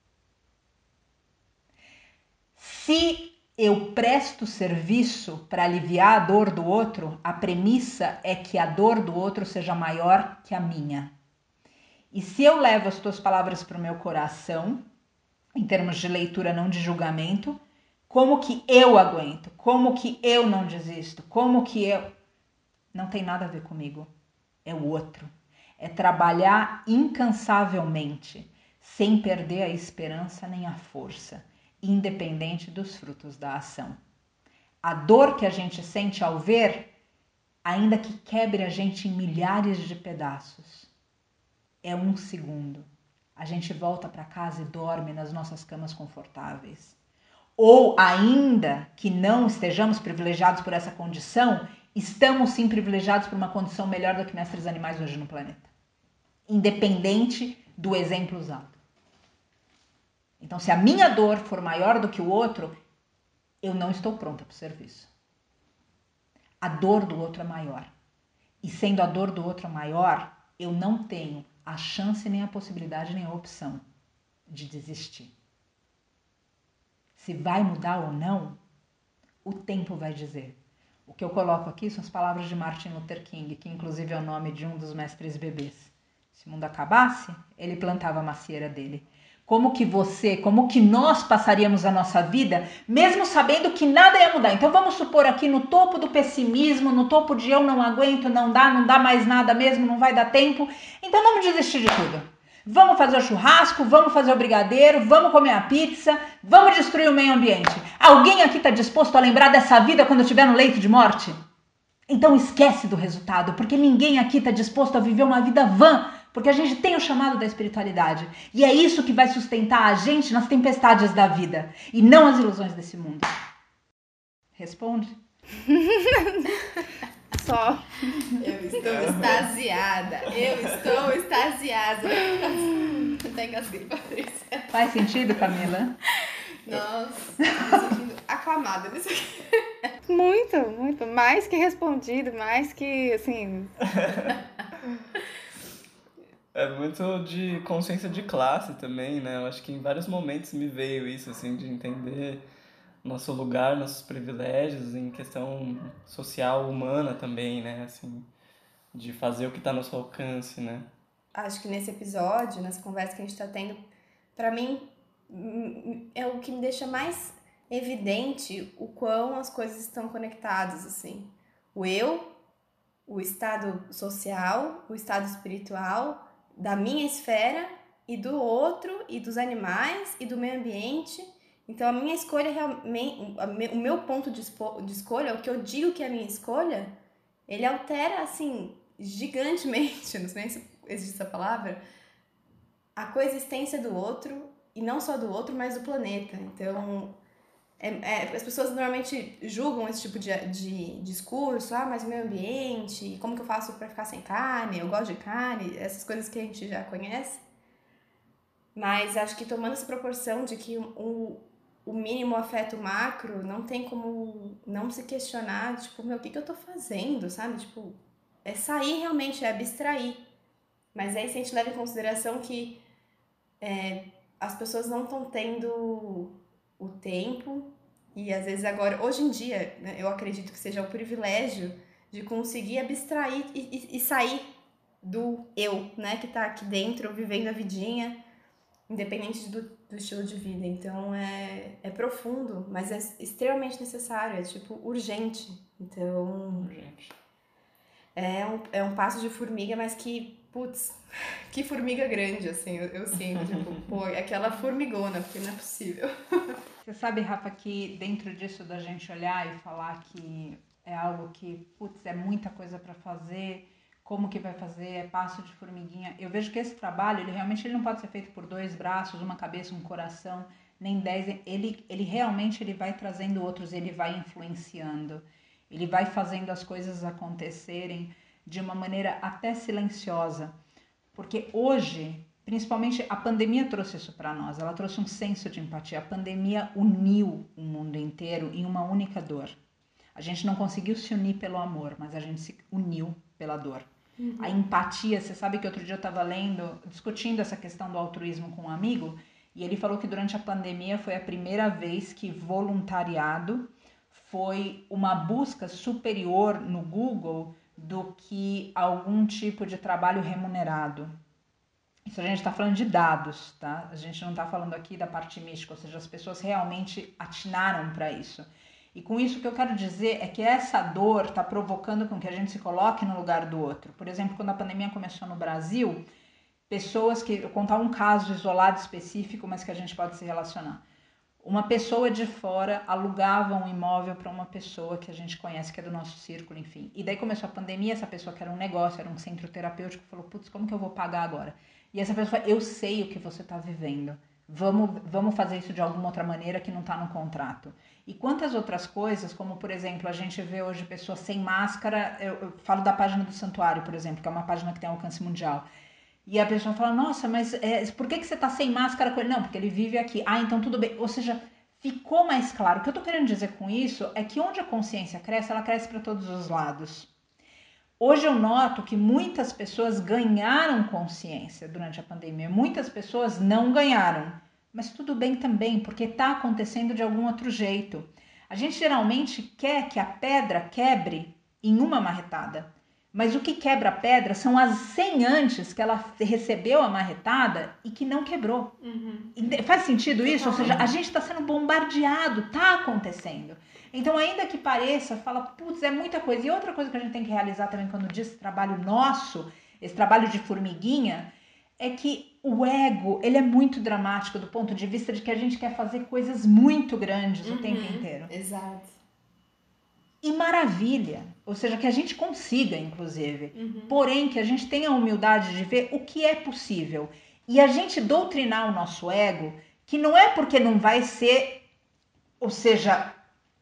Se eu presto serviço para aliviar a dor do outro, a premissa é que a dor do outro seja maior que a minha. E se eu levo as tuas palavras para o meu coração, em termos de leitura, não de julgamento, como que eu aguento? Como que eu não desisto? Como que eu... Não tem nada a ver comigo. É o outro. É trabalhar incansavelmente, sem perder a esperança nem a força, independente dos frutos da ação. A dor que a gente sente ao ver, ainda que quebre a gente em milhares de pedaços, é 1 segundo. A gente volta para casa e dorme nas nossas camas confortáveis. Ou ainda que não estejamos privilegiados por essa condição, estamos sim privilegiados por uma condição melhor do que mestres animais hoje no planeta. Independente do exemplo usado. Então, se a minha dor for maior do que o outro, eu não estou pronta para o serviço. A dor do outro é maior. E sendo a dor do outro maior, eu não tenho a chance, nem a possibilidade, nem a opção de desistir. Se vai mudar ou não, o tempo vai dizer. O que eu coloco aqui são as palavras de Martin Luther King, que inclusive é o nome de um dos mestres bebês. Se o mundo acabasse, ele plantava a macieira dele. Como que nós passaríamos a nossa vida, mesmo sabendo que nada ia mudar? Então vamos supor aqui no topo do pessimismo, no topo de eu não aguento, não dá mais nada mesmo, não vai dar tempo. Então vamos desistir de tudo. Vamos fazer o churrasco, vamos fazer o brigadeiro, vamos comer a pizza, vamos destruir o meio ambiente. Alguém aqui está disposto a lembrar dessa vida quando estiver no leito de morte? Então esquece do resultado, porque ninguém aqui está disposto a viver uma vida vã, porque a gente tem o chamado da espiritualidade. E é isso que vai sustentar a gente nas tempestades da vida, e não as ilusões desse mundo. Responde. Só. Eu estou extasiada. Até engasguei, Patrícia. Faz sentido, Camila? Nossa, tô me sentindo aclamada nisso aqui. Muito. Mais que respondido, mais que, assim... É muito de consciência de classe também, né? Eu acho que em vários momentos me veio isso, assim, de entender nosso lugar, nossos privilégios em questão social, humana também, né? Assim, de fazer o que está ao nosso alcance, né? Acho que nesse episódio, nessa conversa que a gente tá tendo, pra mim, é o que me deixa mais evidente o quão as coisas estão conectadas, assim. O eu, o estado social, o estado espiritual, da minha esfera e do outro, e dos animais, e do meio ambiente. Então, a minha escolha realmente, o meu ponto de escolha, o que eu digo que é a minha escolha, ele altera, assim, gigantemente, não sei nem se existe essa palavra, a coexistência do outro, e não só do outro, mas do planeta. Então, as pessoas normalmente julgam esse tipo de discurso, mas o meio ambiente, como que eu faço pra ficar sem carne, eu gosto de carne, essas coisas que a gente já conhece. Mas acho que tomando essa proporção de que o mínimo afeta o macro, não tem como não se questionar, tipo, meu, o que eu tô fazendo, sabe? Tipo, é sair realmente, é abstrair. Mas aí se a gente leva em consideração que as pessoas não estão tendo o tempo e às vezes agora, hoje em dia, né, eu acredito que seja o privilégio de conseguir abstrair e sair do eu, né, que tá aqui dentro, vivendo a vidinha, independente do estilo de vida. Então é profundo, mas é extremamente necessário, é tipo urgente. Então Gente. é um passo de formiga, mas que, putz, que formiga grande, assim, eu sinto, tipo, pô, é aquela formigona, porque não é possível. Você sabe, Rafa, que dentro disso da gente olhar e falar que é algo que, putz, é muita coisa para fazer, como que vai fazer, é passo de formiguinha. Eu vejo que esse trabalho, ele realmente ele não pode ser feito por 2 braços, uma cabeça, um coração, nem 10. Ele realmente ele vai trazendo outros, ele vai influenciando, ele vai fazendo as coisas acontecerem de uma maneira até silenciosa. Porque hoje, principalmente a pandemia trouxe isso para nós, ela trouxe um senso de empatia. A pandemia uniu o mundo inteiro em uma única dor. A gente não conseguiu se unir pelo amor, mas a gente se uniu pela dor. A empatia, você sabe que outro dia eu estava lendo, discutindo essa questão do altruísmo com um amigo, e ele falou que durante a pandemia foi a primeira vez que voluntariado foi uma busca superior no Google do que algum tipo de trabalho remunerado. Isso a gente está falando de dados, tá? A gente não está falando aqui da parte mística, ou seja, as pessoas realmente atinaram para isso. E com isso o que eu quero dizer é que essa dor está provocando com que a gente se coloque no lugar do outro. Por exemplo, quando a pandemia começou no Brasil, pessoas que... Eu vou contar um caso isolado específico, mas que a gente pode se relacionar. Uma pessoa de fora alugava um imóvel para uma pessoa que a gente conhece, que é do nosso círculo, enfim. E daí começou a pandemia, essa pessoa que era um negócio, era um centro terapêutico, falou, putz, como que eu vou pagar agora? E essa pessoa falou, eu sei o que você está vivendo. Vamos fazer isso de alguma outra maneira que não está no contrato. E quantas outras coisas, como por exemplo, a gente vê hoje pessoas sem máscara, eu falo da página do Santuário, por exemplo, que é uma página que tem alcance mundial. E a pessoa fala, nossa, mas por que você tá sem máscara com ele? Não, porque ele vive aqui. Ah, então tudo bem. Ou seja, ficou mais claro. O que eu tô querendo dizer com isso é que onde a consciência cresce, ela cresce para todos os lados. Hoje eu noto que muitas pessoas ganharam consciência durante a pandemia. Muitas pessoas não ganharam. Mas tudo bem também, porque tá acontecendo de algum outro jeito. A gente geralmente quer que a pedra quebre em uma marretada. Mas o que quebra a pedra são as 100 antes que ela recebeu a marretada e que não quebrou. Faz sentido isso? Ou seja, a gente está sendo bombardeado, está acontecendo. Então, ainda que pareça, fala, putz, é muita coisa. E outra coisa que a gente tem que realizar também quando diz trabalho nosso, esse trabalho de formiguinha, é que o ego, ele é muito dramático do ponto de vista de que a gente quer fazer coisas muito grandes o tempo inteiro. Exato. E maravilha, ou seja, que a gente consiga, inclusive, porém que a gente tenha a humildade de ver o que é possível e a gente doutrinar o nosso ego, que não é porque não vai ser, ou seja,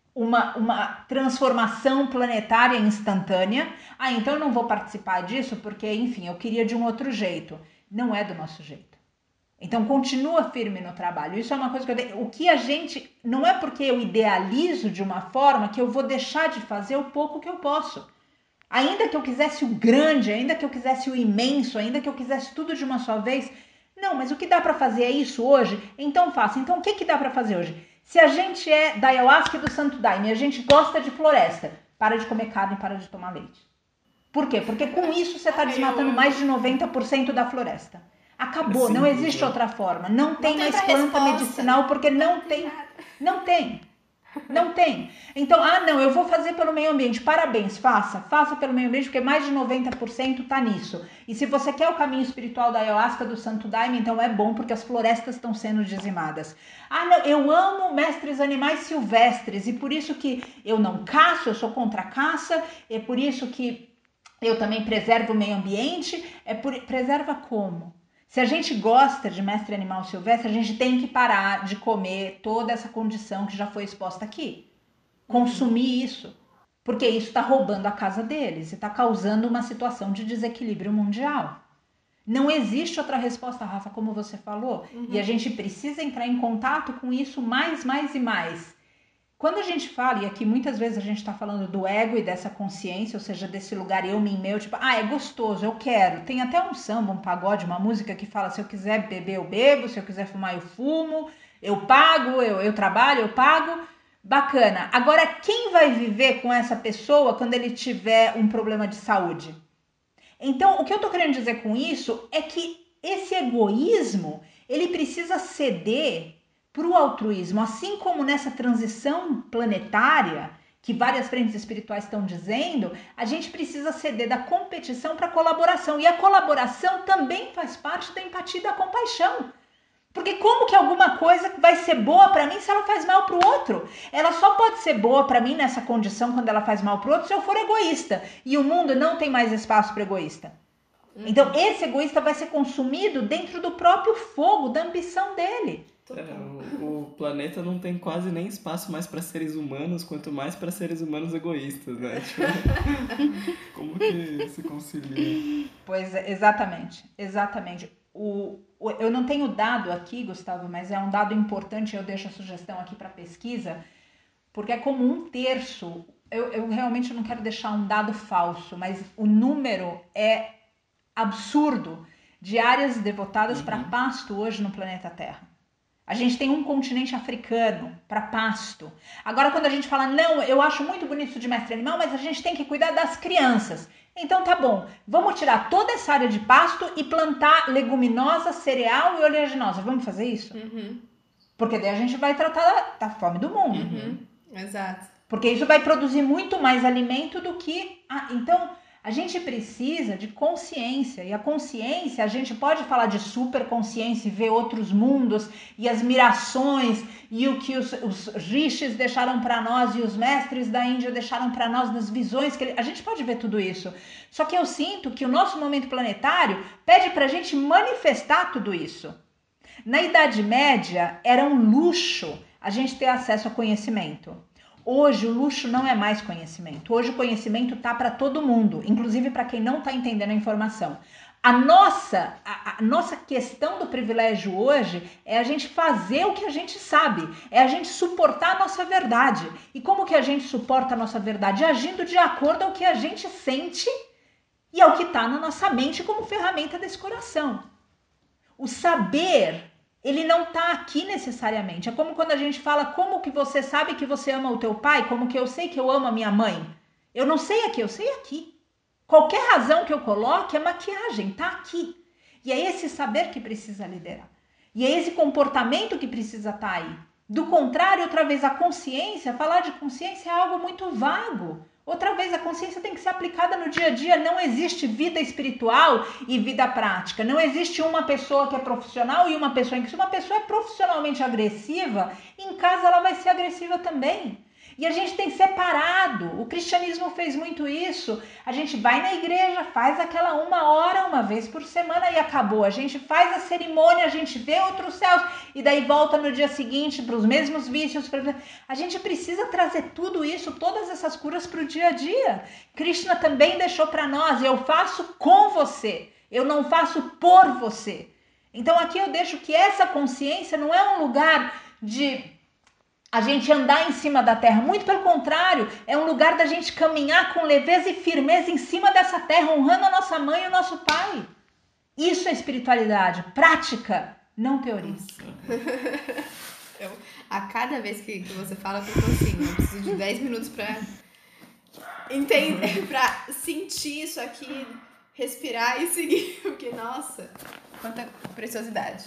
uma transformação planetária instantânea, ah, então eu não vou participar disso porque, enfim, eu queria de um outro jeito. Não é do nosso jeito. Então continua firme no trabalho. Isso é uma coisa que eu tenho. O que a gente. Não é porque eu idealizo de uma forma que eu vou deixar de fazer o pouco que eu posso. Ainda que eu quisesse o grande, ainda que eu quisesse o imenso, ainda que eu quisesse tudo de uma só vez. Não, mas o que dá para fazer é isso hoje? Então faça. Então o que dá para fazer hoje? Se a gente é da ayahuasca e do santo daime e a gente gosta de floresta, para de comer carne e para de tomar leite. Por quê? Porque com isso você está desmatando mais de 90% da floresta. Acabou, não existe outra forma. Não tem mais planta medicinal porque não tem. Não tem. Não tem. Então, não, eu vou fazer pelo meio ambiente. Parabéns, faça pelo meio ambiente, porque mais de 90% tá nisso. E se você quer o caminho espiritual da ayahuasca, do santo daime, então é bom, porque as florestas estão sendo dizimadas. Não, eu amo mestres animais silvestres, e por isso que eu não caço, eu sou contra a caça, é por isso que eu também preservo o meio ambiente. Preserva como? Se a gente gosta de mestre animal silvestre, a gente tem que parar de comer toda essa condição que já foi exposta aqui. Consumir isso. Porque isso está roubando a casa deles e está causando uma situação de desequilíbrio mundial. Não existe outra resposta, Rafa, como você falou. E a gente precisa entrar em contato com isso mais e mais. Quando a gente fala, e aqui muitas vezes a gente está falando do ego e dessa consciência, ou seja, desse lugar eu, mim, meu, tipo, é gostoso, eu quero. Tem até um samba, um pagode, uma música que fala, se eu quiser beber, eu bebo, se eu quiser fumar, eu fumo, eu pago, eu trabalho, eu pago. Bacana. Agora, quem vai viver com essa pessoa quando ele tiver um problema de saúde? Então, o que eu tô querendo dizer com isso é que esse egoísmo, ele precisa ceder para o altruísmo, assim como nessa transição planetária, que várias frentes espirituais estão dizendo, a gente precisa ceder da competição para a colaboração. E a colaboração também faz parte da empatia e da compaixão. Porque como que alguma coisa vai ser boa para mim se ela faz mal para o outro? Ela só pode ser boa para mim nessa condição quando ela faz mal para o outro se eu for egoísta. E o mundo não tem mais espaço para egoísta. Então esse egoísta vai ser consumido dentro do próprio fogo da ambição dele. O planeta não tem quase nem espaço mais para seres humanos, quanto mais para seres humanos egoístas, né? Tipo, como que se concilia? Pois é, exatamente. Eu não tenho dado aqui, Gustavo, mas é um dado importante, eu deixo a sugestão aqui para pesquisa, porque é como 1/3, eu realmente não quero deixar um dado falso, mas o número é absurdo de áreas devotadas para pasto hoje no planeta Terra. A gente tem um continente africano para pasto. Agora, quando a gente fala, não, eu acho muito bonito isso de mestre animal, mas a gente tem que cuidar das crianças. Então tá bom, vamos tirar toda essa área de pasto e plantar leguminosa, cereal e oleaginosa. Vamos fazer isso? Porque daí a gente vai tratar da fome do mundo. Exato. Porque isso vai produzir muito mais alimento do que... Então, a gente precisa de consciência. E a consciência, a gente pode falar de superconsciência e ver outros mundos e as mirações e o que os rishis deixaram para nós e os mestres da Índia deixaram para nós nas visões. A gente pode ver tudo isso. Só que eu sinto que o nosso momento planetário pede para a gente manifestar tudo isso. Na Idade Média, era um luxo a gente ter acesso a conhecimento. Hoje o luxo não é mais conhecimento. Hoje o conhecimento tá para todo mundo, inclusive para quem não está entendendo a informação. A nossa questão do privilégio hoje é a gente fazer o que a gente sabe, é a gente suportar a nossa verdade. E como que a gente suporta a nossa verdade? Agindo de acordo ao que a gente sente e ao que está na nossa mente como ferramenta desse coração. O saber... ele não está aqui necessariamente. É como quando a gente fala, como que você sabe que você ama o teu pai? Como que eu sei que eu amo a minha mãe? Eu não sei aqui, eu sei aqui. Qualquer razão que eu coloque é maquiagem, tá aqui. E é esse saber que precisa liderar. E é esse comportamento que precisa estar aí. Do contrário, outra vez, a consciência, falar de consciência é algo muito vago. Outra vez, a consciência tem que ser aplicada no dia a dia. Não existe vida espiritual e vida prática. Não existe uma pessoa que é profissional e uma pessoa que... Se uma pessoa é profissionalmente agressiva, em casa ela vai ser agressiva também. E a gente tem separado. O cristianismo fez muito isso. A gente vai na igreja, faz aquela 1 hora, uma vez por semana e acabou. A gente faz a cerimônia, a gente vê outros céus e daí volta no dia seguinte para os mesmos vícios. A gente precisa trazer tudo isso, todas essas curas para o dia a dia. Krishna também deixou para nós, eu faço com você, eu não faço por você. Então aqui eu deixo que essa consciência não é um lugar de... a gente andar em cima da terra, muito pelo contrário, é um lugar da gente caminhar com leveza e firmeza em cima dessa terra, honrando a nossa mãe e o nosso pai. Isso é espiritualidade, prática, não teoria. A cada vez que você fala, eu tô assim, eu preciso de 10 minutos pra entender, pra sentir isso aqui, respirar e seguir, porque, nossa, quanta preciosidade.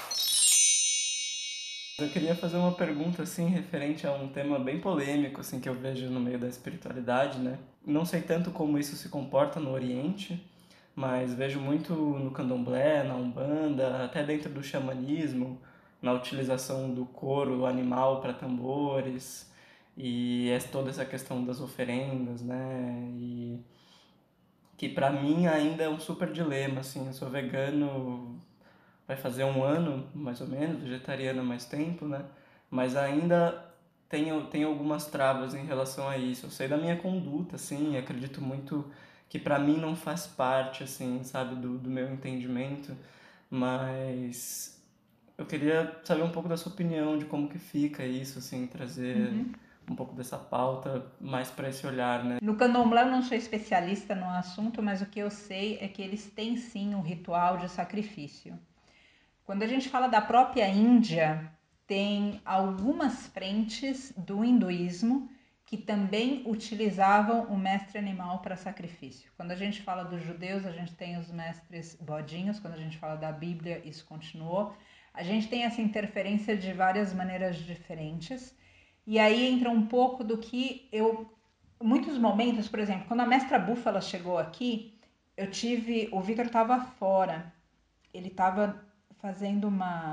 Eu queria fazer uma pergunta, assim, referente a um tema bem polêmico, assim, que eu vejo no meio da espiritualidade, né? Não sei tanto como isso se comporta no Oriente, mas vejo muito no candomblé, na umbanda, até dentro do xamanismo, na utilização do couro animal para tambores, e toda essa questão das oferendas, né? E que para mim ainda é um super dilema, assim, eu sou vegano... vai fazer 1 ano, mais ou menos, vegetariano há mais tempo, né? Mas ainda tenho algumas travas em relação a isso. Eu sei da minha conduta, assim, acredito muito que para mim não faz parte, assim, sabe, do meu entendimento, mas eu queria saber um pouco da sua opinião de como que fica isso, assim, trazer um pouco dessa pauta mais para esse olhar, né? No candomblé eu não sou especialista no assunto, mas o que eu sei é que eles têm sim um ritual de sacrifício. Quando a gente fala da própria Índia, tem algumas frentes do hinduísmo que também utilizavam o mestre animal para sacrifício. Quando a gente fala dos judeus, a gente tem os mestres bodinhos. Quando a gente fala da Bíblia, isso continuou. A gente tem essa interferência de várias maneiras diferentes. E aí entra um pouco do que muitos momentos, por exemplo, quando a mestra Búfala chegou aqui, o Vitor estava fora. Ele estava fazendo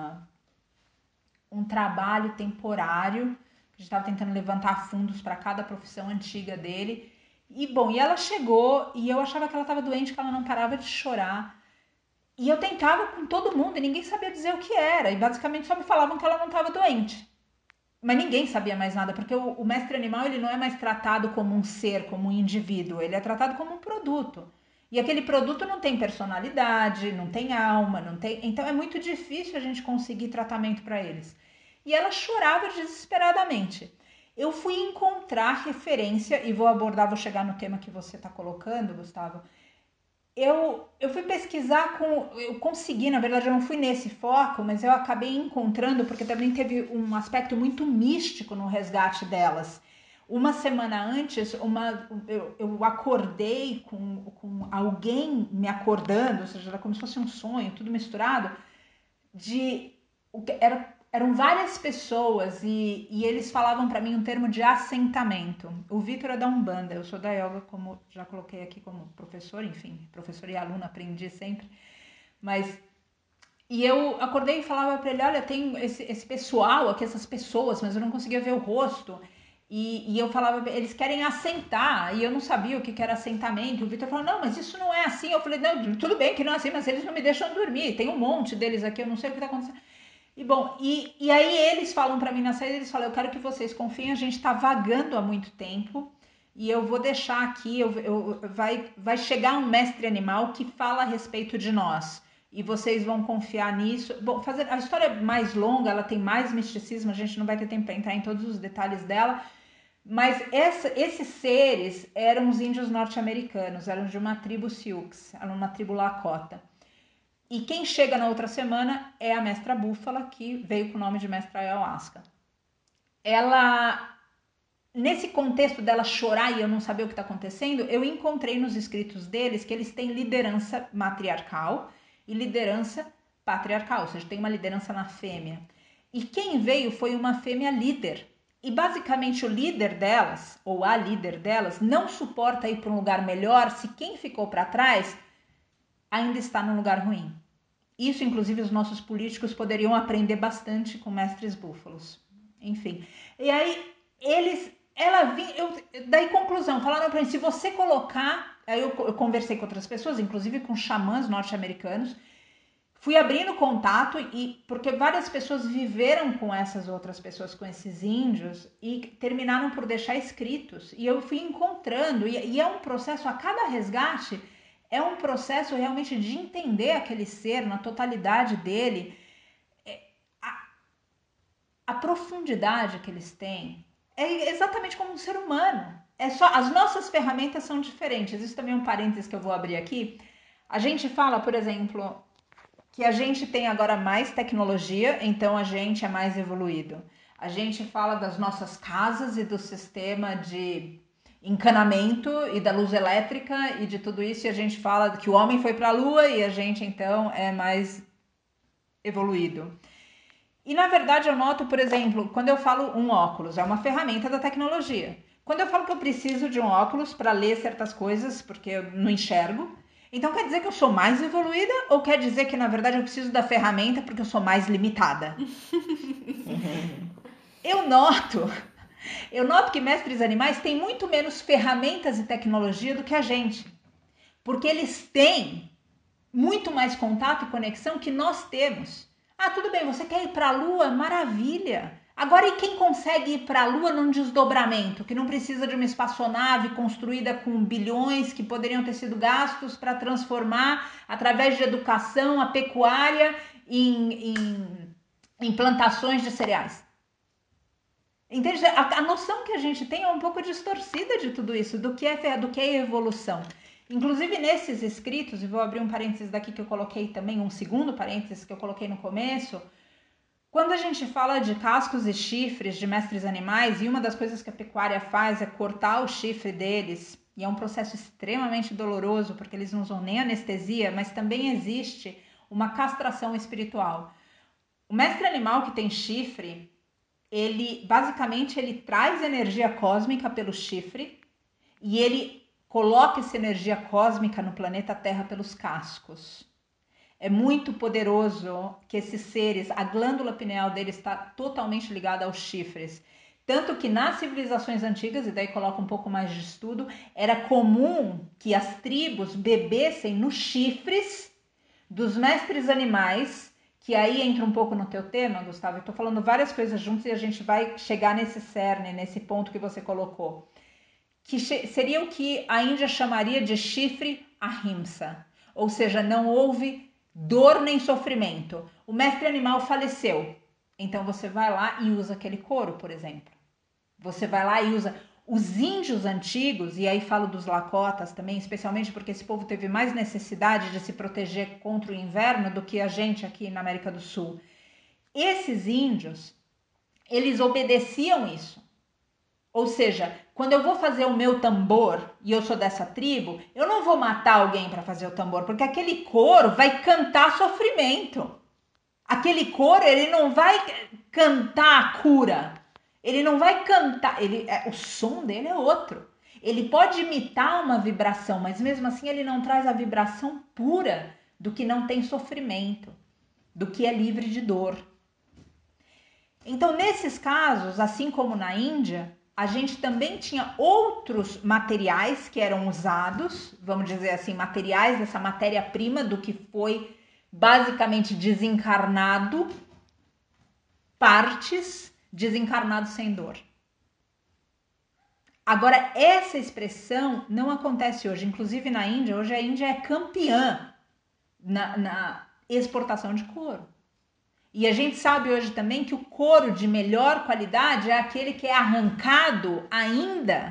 um trabalho temporário, a gente estava tentando levantar fundos para cada profissão antiga dele. E ela chegou e eu achava que ela estava doente, que ela não parava de chorar. E eu tentava com todo mundo e ninguém sabia dizer o que era. E basicamente só me falavam que ela não estava doente. Mas ninguém sabia mais nada, porque o mestre animal ele não é mais tratado como um ser, como um indivíduo. Ele é tratado como um produto. E aquele produto não tem personalidade, não tem alma, não tem. Então é muito difícil a gente conseguir tratamento para eles. E ela chorava desesperadamente. Eu fui encontrar referência, e vou chegar no tema que você está colocando, Gustavo. Eu fui pesquisar eu consegui, na verdade eu não fui nesse foco, mas eu acabei encontrando, porque também teve um aspecto muito místico no resgate delas. Uma semana antes, eu acordei com alguém me acordando, ou seja, era como se fosse um sonho, tudo misturado, eram várias pessoas e eles falavam para mim um termo de assentamento. O Vitor é da Umbanda, eu sou da Yoga, como já coloquei aqui como professor, enfim, professor e aluno, aprendi sempre. E eu acordei e falava para ele, olha, tem esse pessoal aqui, essas pessoas, mas eu não conseguia ver o rosto. E eu falava, eles querem assentar, e eu não sabia o que era assentamento. O Vitor falou, não, mas isso não é assim. Eu falei, não, tudo bem que não é assim, mas eles não me deixam dormir. Tem um monte deles aqui, eu não sei o que está acontecendo. E aí eles falam para mim na saída, eles falam, eu quero que vocês confiem, a gente está vagando há muito tempo e eu vou deixar aqui, vai chegar um mestre animal que fala a respeito de nós e vocês vão confiar nisso. Bom, a história é mais longa, ela tem mais misticismo, a gente não vai ter tempo para entrar em todos os detalhes dela, mas esses seres eram os índios norte-americanos, eram de uma tribo Sioux, eram uma tribo Lakota. E quem chega na outra semana é a mestra Búfala, que veio com o nome de mestra Ayahuasca. Ela, nesse contexto dela chorar e eu não saber o que está acontecendo, eu encontrei nos escritos deles que eles têm liderança matriarcal e liderança patriarcal, ou seja, tem uma liderança na fêmea. E quem veio foi uma fêmea líder. E basicamente o líder delas, ou a líder delas, não suporta ir para um lugar melhor se quem ficou para trás ainda está num lugar ruim. Isso, inclusive, os nossos políticos poderiam aprender bastante com mestres búfalos. Enfim. E aí, daí conclusão, falaram para mim, se você colocar, aí eu conversei com outras pessoas, inclusive com xamãs norte-americanos, fui abrindo contato, porque várias pessoas viveram com essas outras pessoas, com esses índios, e terminaram por deixar escritos. E eu fui encontrando, e é um processo, a cada resgate, é um processo realmente de entender aquele ser na totalidade dele, a profundidade que eles têm. É exatamente como um ser humano. As nossas ferramentas são diferentes. Isso também é um parênteses que eu vou abrir aqui. A gente fala, por exemplo, que a gente tem agora mais tecnologia, então a gente é mais evoluído. A gente fala das nossas casas e do sistema de encanamento e da luz elétrica e de tudo isso, e a gente fala que o homem foi para a lua e a gente então é mais evoluído. E na verdade eu noto, por exemplo, quando eu falo um óculos, é uma ferramenta da tecnologia. Quando eu falo que eu preciso de um óculos para ler certas coisas, porque eu não enxergo, então quer dizer que eu sou mais evoluída ou quer dizer que na verdade eu preciso da ferramenta porque eu sou mais limitada? Eu noto que mestres animais têm muito menos ferramentas e tecnologia do que a gente, porque eles têm muito mais contato e conexão que nós temos. Ah, tudo bem, você quer ir para a Lua? Maravilha! Agora, e quem consegue ir para a Lua num desdobramento, que não precisa de uma espaçoonave construída com bilhões que poderiam ter sido gastos para transformar, através de educação, a pecuária em plantações de cereais? Entende? A noção que a gente tem é um pouco distorcida de tudo isso, do que é evolução. Inclusive nesses escritos, e vou abrir um parênteses daqui que eu coloquei também, um segundo parênteses que eu coloquei no começo, quando a gente fala de cascos e chifres de mestres animais, e uma das coisas que a pecuária faz é cortar o chifre deles, e é um processo extremamente doloroso, porque eles não usam nem anestesia, mas também existe uma castração espiritual. O mestre animal que tem chifre, ele basicamente ele traz energia cósmica pelo chifre, e ele coloca essa energia cósmica no planeta Terra pelos cascos. É muito poderoso que esses seres, a glândula pineal deles está totalmente ligada aos chifres. Tanto que nas civilizações antigas, e daí coloca um pouco mais de estudo, era comum que as tribos bebessem nos chifres dos mestres animais, que aí entra um pouco no teu tema, Gustavo. Eu estou falando várias coisas juntas e a gente vai chegar nesse cerne, nesse ponto que você colocou. Que seria o que a Índia chamaria de chifre ahimsa. Ou seja, não houve dor nem sofrimento. O mestre animal faleceu. Então você vai lá e usa aquele couro, por exemplo. Você vai lá e usa. Os índios antigos, e aí falo dos Lakotas também, especialmente porque esse povo teve mais necessidade de se proteger contra o inverno do que a gente aqui na América do Sul. Esses índios, eles obedeciam isso. Ou seja, quando eu vou fazer o meu tambor e eu sou dessa tribo, eu não vou matar alguém para fazer o tambor, porque aquele coro vai cantar sofrimento. Aquele coro, ele não vai cantar a cura. Ele não vai cantar, o som dele é outro. Ele pode imitar uma vibração, mas mesmo assim ele não traz a vibração pura do que não tem sofrimento, do que é livre de dor. Então, nesses casos, assim como na Índia, a gente também tinha outros materiais que eram usados, vamos dizer assim, materiais dessa matéria-prima do que foi basicamente desencarnado, partes desencarnados sem dor. Agora, essa expressão não acontece hoje, inclusive na Índia. Hoje a Índia é campeã na exportação de couro. E a gente sabe hoje também que o couro de melhor qualidade é aquele que é arrancado ainda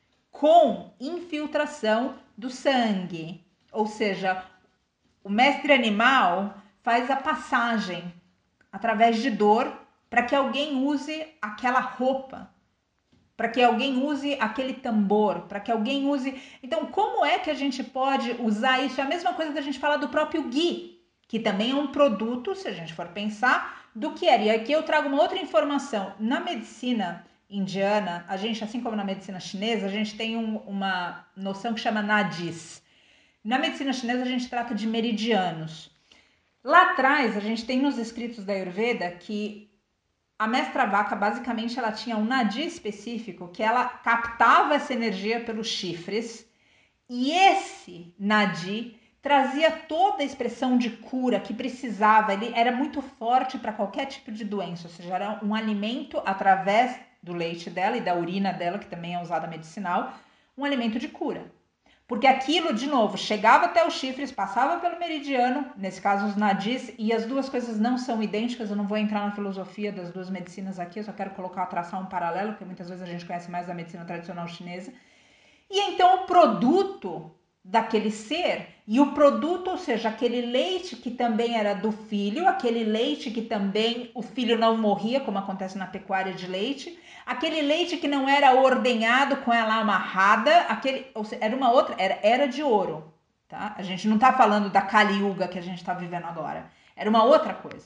com infiltração do sangue. Ou seja, o mestre animal faz a passagem através de dor para que alguém use aquela roupa, para que alguém use aquele tambor, para que alguém use... Então, como é que a gente pode usar isso? É a mesma coisa da gente falar do próprio ghee, que também é um produto, se a gente for pensar, do que era. E aqui eu trago uma outra informação. Na medicina indiana, a gente, assim como na medicina chinesa, a gente tem uma noção que chama nadis. Na medicina chinesa, a gente trata de meridianos. Lá atrás, a gente tem nos escritos da Ayurveda que a mestra vaca, basicamente, ela tinha um nadi específico que ela captava essa energia pelos chifres, e esse nadi trazia toda a expressão de cura que precisava. Ele era muito forte para qualquer tipo de doença, ou seja, era um alimento através do leite dela e da urina dela, que também é usada medicinal, um alimento de cura. Porque aquilo, de novo, chegava até os chifres, passava pelo meridiano, nesse caso os nadis, e as duas coisas não são idênticas. Eu não vou entrar na filosofia das duas medicinas aqui, eu só quero traçar um paralelo, porque muitas vezes a gente conhece mais a medicina tradicional chinesa. E então o produto daquele ser, e o produto, ou seja, aquele leite que também era do filho, aquele leite que também o filho não morria, como acontece na pecuária de leite, aquele leite que não era ordenhado com ela amarrada, ou seja, era uma outra, era de ouro, tá? A gente não está falando da Kali Yuga que a gente está vivendo agora, era uma outra coisa.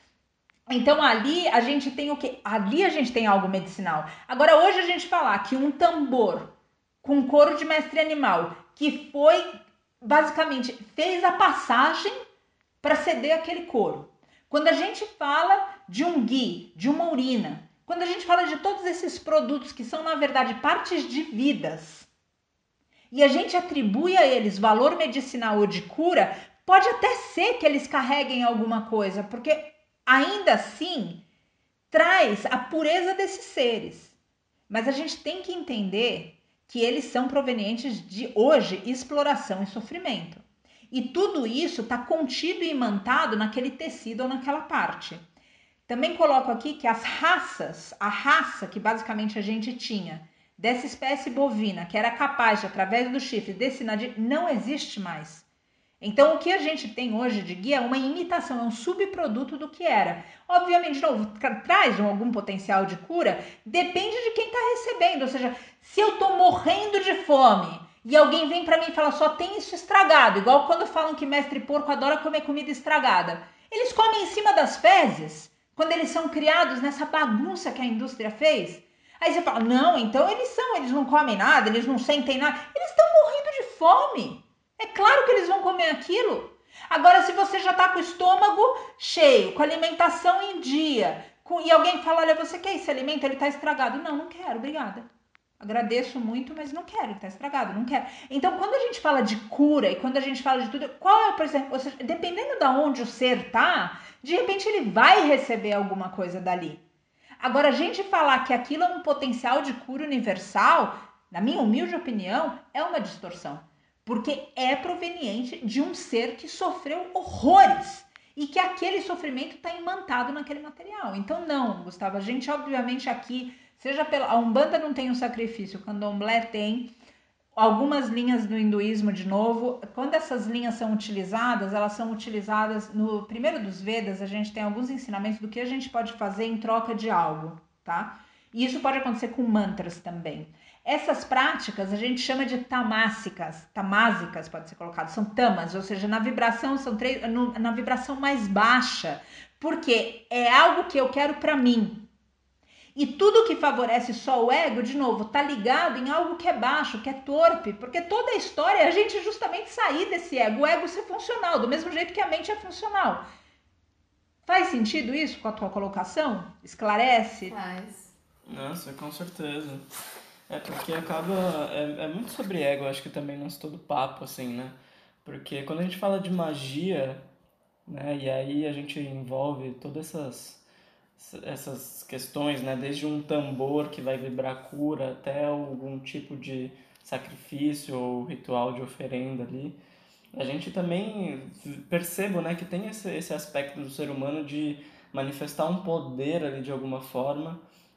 Então ali a gente tem o quê? Ali a gente tem algo medicinal. Agora hoje a gente falar que um tambor com couro de mestre animal, que foi, basicamente, fez a passagem para ceder aquele couro. Quando a gente fala de um ghee, de uma urina, quando a gente fala de todos esses produtos que são, na verdade, partes de vidas, e a gente atribui a eles valor medicinal ou de cura, pode até ser que eles carreguem alguma coisa, porque ainda assim traz a pureza desses seres. Mas a gente tem que entender que eles são provenientes de, hoje, exploração e sofrimento. E tudo isso está contido e imantado naquele tecido ou naquela parte. Também coloco aqui que as raças, a raça que basicamente a gente tinha dessa espécie bovina, que era capaz de, através do chifre, decidir, não existe mais. Então, o que a gente tem hoje de guia é uma imitação, é um subproduto do que era. Obviamente, de novo, traz algum potencial de cura, depende de quem está recebendo. Ou seja, se eu estou morrendo de fome e alguém vem para mim e fala, só tem isso estragado, igual quando falam que mestre porco adora comer comida estragada. Eles comem em cima das fezes, quando eles são criados nessa bagunça que a indústria fez. Aí você fala, não, então eles não comem nada, eles não sentem nada. Eles estão morrendo de fome. É claro que eles vão comer aquilo. Agora, se você já está com o estômago cheio, com a alimentação em dia, e alguém fala, olha, você quer esse alimento? Ele está estragado. Não, não quero, obrigada. Agradeço muito, mas não quero, ele está estragado, não quero. Então, quando a gente fala de cura e quando a gente fala de tudo, qual é o presente? Ou seja, dependendo de onde o ser está, de repente ele vai receber alguma coisa dali. Agora, a gente falar que aquilo é um potencial de cura universal, na minha humilde opinião, é uma distorção. Porque é proveniente de um ser que sofreu horrores e que aquele sofrimento está imantado naquele material. Então, não, Gustavo, a gente obviamente aqui, seja pela... A Umbanda não tem um sacrifício, o Candomblé tem, algumas linhas do hinduísmo, de novo, quando essas linhas são utilizadas, elas são utilizadas no primeiro dos Vedas, a gente tem alguns ensinamentos do que a gente pode fazer em troca de algo, tá? E isso pode acontecer com mantras também. Essas práticas a gente chama de tamásicas pode ser colocado, são tamas, ou seja, na vibração são na vibração mais baixa, porque é algo que eu quero para mim. E tudo que favorece só o ego, de novo, tá ligado em algo que é baixo, que é torpe, porque toda a história é a gente justamente sair desse ego, o ego ser funcional, do mesmo jeito que a mente é funcional. Faz sentido isso com a tua colocação? Esclarece? Faz. Nossa, com certeza. É porque acaba. É muito sobre ego, acho que também nosso todo papo, assim, né? Porque quando a gente fala de magia, né? E aí a gente envolve todas essas questões, né? Desde um tambor que vai vibrar cura até algum tipo de sacrifício ou ritual de oferenda ali. A gente também percebe, né, que tem esse aspecto do ser humano de manifestar um poder ali de alguma forma,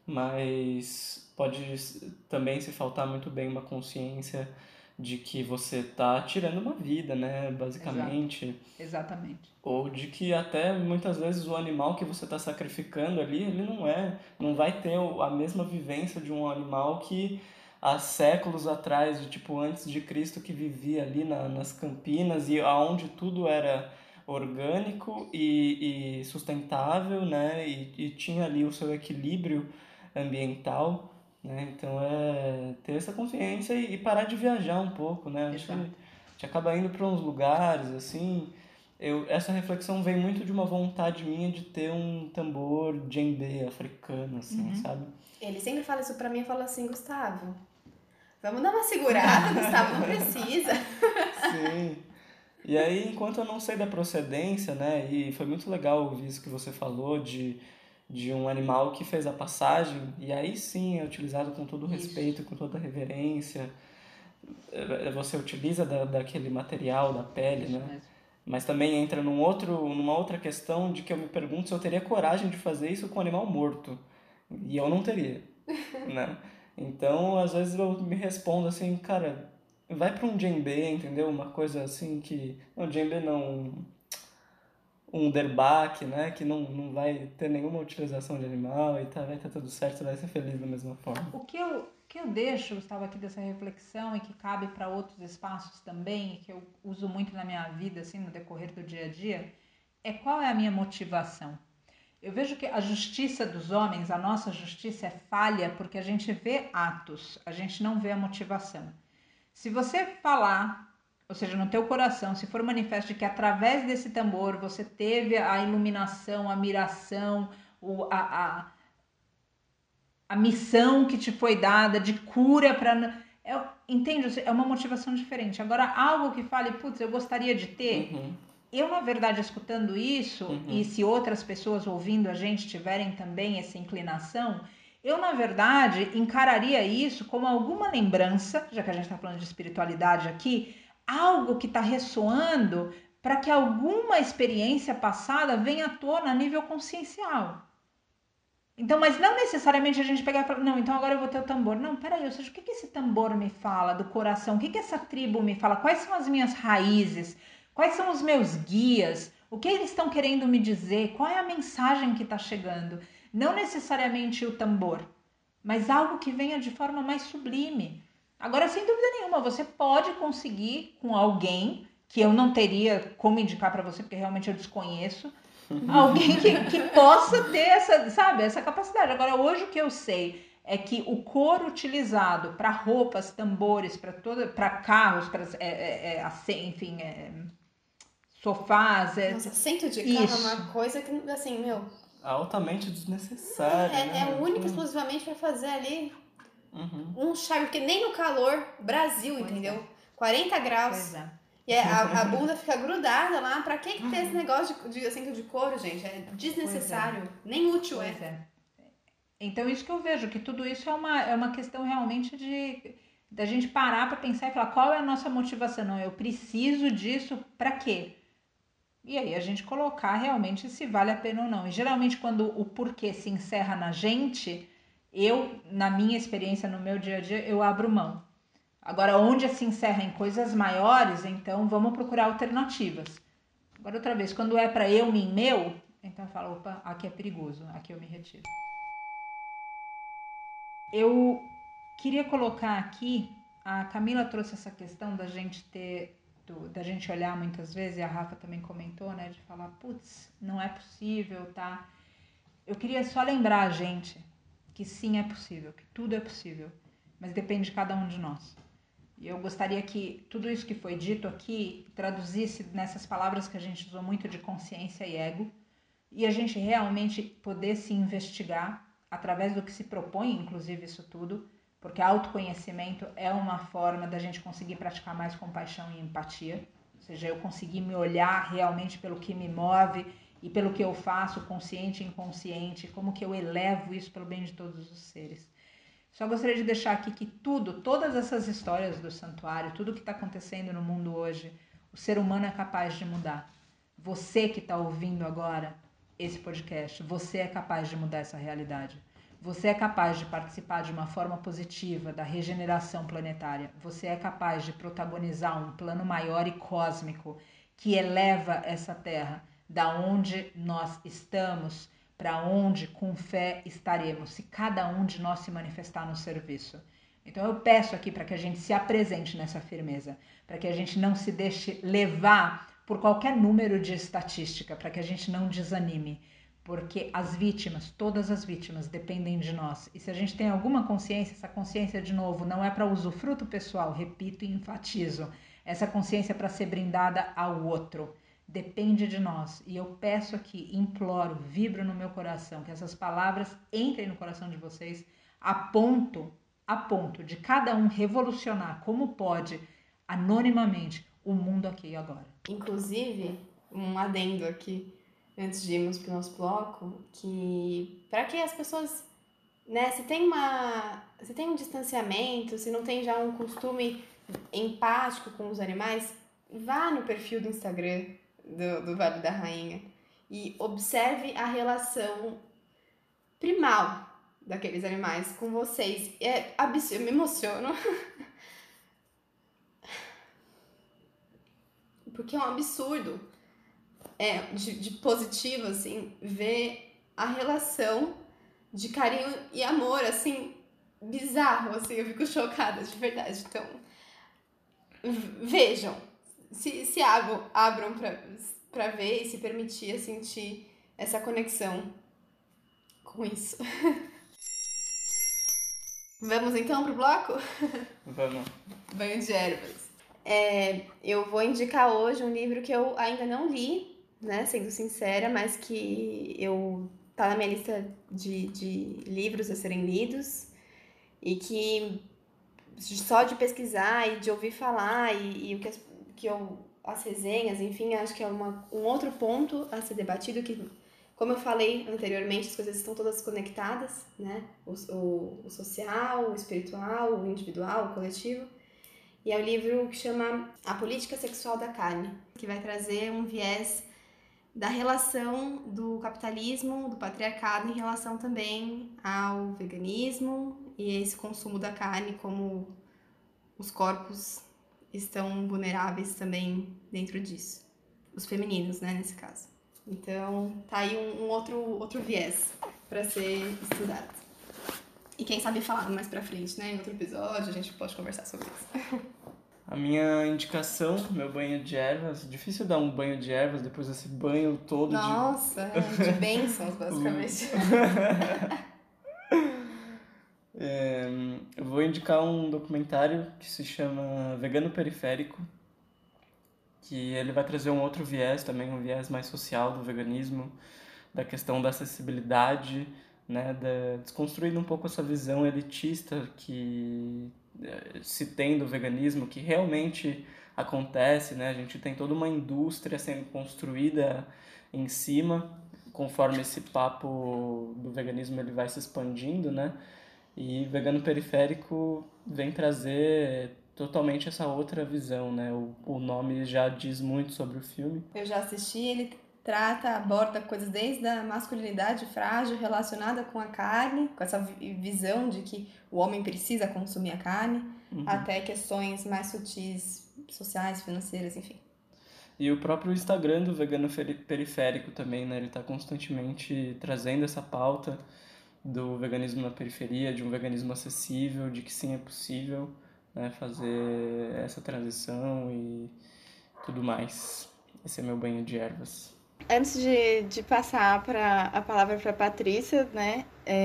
mas pode também se faltar muito bem uma consciência de que você está tirando uma vida, né, basicamente. Exatamente. Ou de que até muitas vezes o animal que você está sacrificando ali, ele não vai ter a mesma vivência de um animal que há séculos atrás, de tipo antes de Cristo, que vivia ali nas campinas e aonde tudo era orgânico e sustentável, né? E tinha ali o seu equilíbrio ambiental, né? Então é ter essa consciência e parar de viajar um pouco, né? A gente acaba indo para uns lugares assim. Essa reflexão vem muito de uma vontade minha de ter um tambor djembe africano, assim, sabe? Ele sempre fala isso pra mim e fala assim, Gustavo, vamos dar uma segurada, Gustavo, não precisa. Sim. E aí, enquanto eu não sei da procedência, né, e foi muito legal ouvir isso que você falou de um animal que fez a passagem, e aí sim é utilizado com todo o respeito, com toda a reverência, você utiliza daquele material, da pele, né? Mesmo. Mas também entra numa outra questão de que eu me pergunto se eu teria coragem de fazer isso com um animal morto. E eu não teria, né? Então, às vezes eu me respondo assim, cara, vai para um djembe, entendeu? Uma coisa assim que... Não, djembe não... Um derbaque, né? Que não vai ter nenhuma utilização de animal e vai estar tudo certo, você vai ser feliz da mesma forma. O que eu deixo, Gustavo, aqui dessa reflexão e que cabe para outros espaços também, e que eu uso muito na minha vida, assim, no decorrer do dia a dia, é qual é a minha motivação. Eu vejo que a justiça dos homens, a nossa justiça é falha porque a gente vê atos, a gente não vê a motivação. Se você falar, ou seja, no teu coração, se for manifesto de que através desse tambor você teve a iluminação, a miração, a missão que te foi dada de cura para... entende? É uma motivação diferente. Agora, algo que fale, putz, eu gostaria de ter... eu, na verdade, escutando isso, e se outras pessoas ouvindo a gente tiverem também essa inclinação, eu, na verdade, encararia isso como alguma lembrança, já que a gente está falando de espiritualidade aqui, algo que está ressoando para que alguma experiência passada venha à tona a nível consciencial. Então, mas não necessariamente a gente pegar e falar, não, então agora eu vou ter o tambor. Não, peraí, ou seja, o que esse tambor me fala do coração? O que essa tribo me fala? Quais são as minhas raízes? Quais são os meus guias? O que eles estão querendo me dizer? Qual é a mensagem que está chegando? Não necessariamente o tambor, mas algo que venha de forma mais sublime. Agora, sem dúvida nenhuma, você pode conseguir com alguém, que eu não teria como indicar para você, porque realmente eu desconheço, alguém que possa ter essa, sabe, essa capacidade. Agora, hoje o que eu sei é que o couro utilizado para roupas, tambores, para carros, para enfim, sofás. Nossa, assento de carro é uma coisa que, assim, meu... altamente desnecessário, É único exclusivamente para fazer ali um charme, porque nem no calor, Brasil, entendeu? 40 graus. Pois é. E a bunda fica grudada lá. Pra que ter esse negócio de assento de couro, gente? É desnecessário. Nem útil é. Então, isso que eu vejo, que tudo isso é uma questão realmente da gente parar para pensar e falar qual é a nossa motivação. Não, eu preciso disso para quê? E aí a gente colocar realmente se vale a pena ou não. E geralmente quando o porquê se encerra na gente, eu, na minha experiência, no meu dia a dia, eu abro mão. Agora, onde se encerra em coisas maiores, então vamos procurar alternativas. Agora, outra vez, quando é para eu, mim, meu, então eu falo, opa, aqui é perigoso, aqui eu me retiro. Eu queria colocar aqui, a Camila trouxe essa questão da gente da gente olhar muitas vezes, e a Rafa também comentou, né, de falar, putz, não é possível, tá? Eu queria só lembrar a gente que sim, é possível, que tudo é possível, mas depende de cada um de nós. E eu gostaria que tudo isso que foi dito aqui traduzisse nessas palavras que a gente usou muito de consciência e ego, e a gente realmente poder se investigar através do que se propõe, inclusive isso tudo, porque autoconhecimento é uma forma da gente conseguir praticar mais compaixão e empatia, ou seja, eu conseguir me olhar realmente pelo que me move e pelo que eu faço, consciente e inconsciente, como que eu elevo isso pelo bem de todos os seres. Só gostaria de deixar aqui que todas essas histórias do santuário, tudo que está acontecendo no mundo hoje, o ser humano é capaz de mudar. Você que está ouvindo agora esse podcast, você é capaz de mudar essa realidade. Você é capaz de participar de uma forma positiva da regeneração planetária. Você é capaz de protagonizar um plano maior e cósmico que eleva essa Terra da onde nós estamos para onde com fé estaremos, se cada um de nós se manifestar no serviço. Então eu peço aqui para que a gente se apresente nessa firmeza, para que a gente não se deixe levar por qualquer número de estatística, para que a gente não desanime, porque as vítimas, todas as vítimas dependem de nós. E se a gente tem alguma consciência, essa consciência, de novo, não é para usufruto pessoal, repito e enfatizo, essa consciência é para ser brindada ao outro. Depende de nós. E eu peço aqui, imploro, vibro no meu coração, que essas palavras entrem no coração de vocês a ponto de cada um revolucionar como pode, anonimamente, o mundo aqui e agora. Inclusive, um adendo aqui, antes de irmos para o nosso bloco, que para que as pessoas, né, se tem um distanciamento, se não tem já um costume empático com os animais, vá no perfil do Instagram do Vale da Rainha e observe a relação primal daqueles animais com vocês. É absurdo, eu me emociono. Porque é um absurdo de positivo, assim, ver a relação de carinho e amor, assim, bizarro, assim, eu fico chocada, de verdade. Então, vejam, se abram pra ver e se permitir a sentir essa conexão com isso. Vamos então pro bloco? Vamos. Banho de ervas. Eu vou indicar hoje um livro que eu ainda não li, né, sendo sincera, mas que tá na minha lista de livros a serem lidos e que só de pesquisar e de ouvir falar e o que as resenhas, enfim, acho que é um outro ponto a ser debatido, que, como eu falei anteriormente, as coisas estão todas conectadas, né? O social, o espiritual, o individual, o coletivo. E é o livro que chama A Política Sexual da Carne, que vai trazer um viés da relação do capitalismo, do patriarcado, em relação também ao veganismo e esse consumo da carne, como os corpos estão vulneráveis também dentro disso. Os femininos, né, nesse caso. Então, tá aí um outro viés para ser estudado. E quem sabe falar mais pra frente, né, em outro episódio, a gente pode conversar sobre isso. A minha indicação, meu banho de ervas. Difícil dar um banho de ervas depois desse banho todo Nossa, de bênçãos, basicamente. Eu vou indicar um documentário que se chama Vegano Periférico, que ele vai trazer um outro viés também, um viés mais social do veganismo, da questão da acessibilidade, né, desconstruindo um pouco essa visão elitista que se tem do veganismo, que realmente acontece, né? A gente tem toda uma indústria sendo construída em cima, conforme esse papo do veganismo ele vai se expandindo, né? E Vegano Periférico vem trazer totalmente essa outra visão, né? O nome já diz muito sobre o filme. Eu já assisti, ele aborda coisas desde a masculinidade frágil relacionada com a carne, com essa visão de que o homem precisa consumir a carne, até questões mais sutis, sociais, financeiras, enfim. E o próprio Instagram do Vegano Periférico também, né? Ele está constantemente trazendo essa pauta do veganismo na periferia, de um veganismo acessível, de que sim é possível, né, fazer essa transição e tudo mais. Esse é meu banho de ervas. Antes de passar a palavra para a Patrícia, né,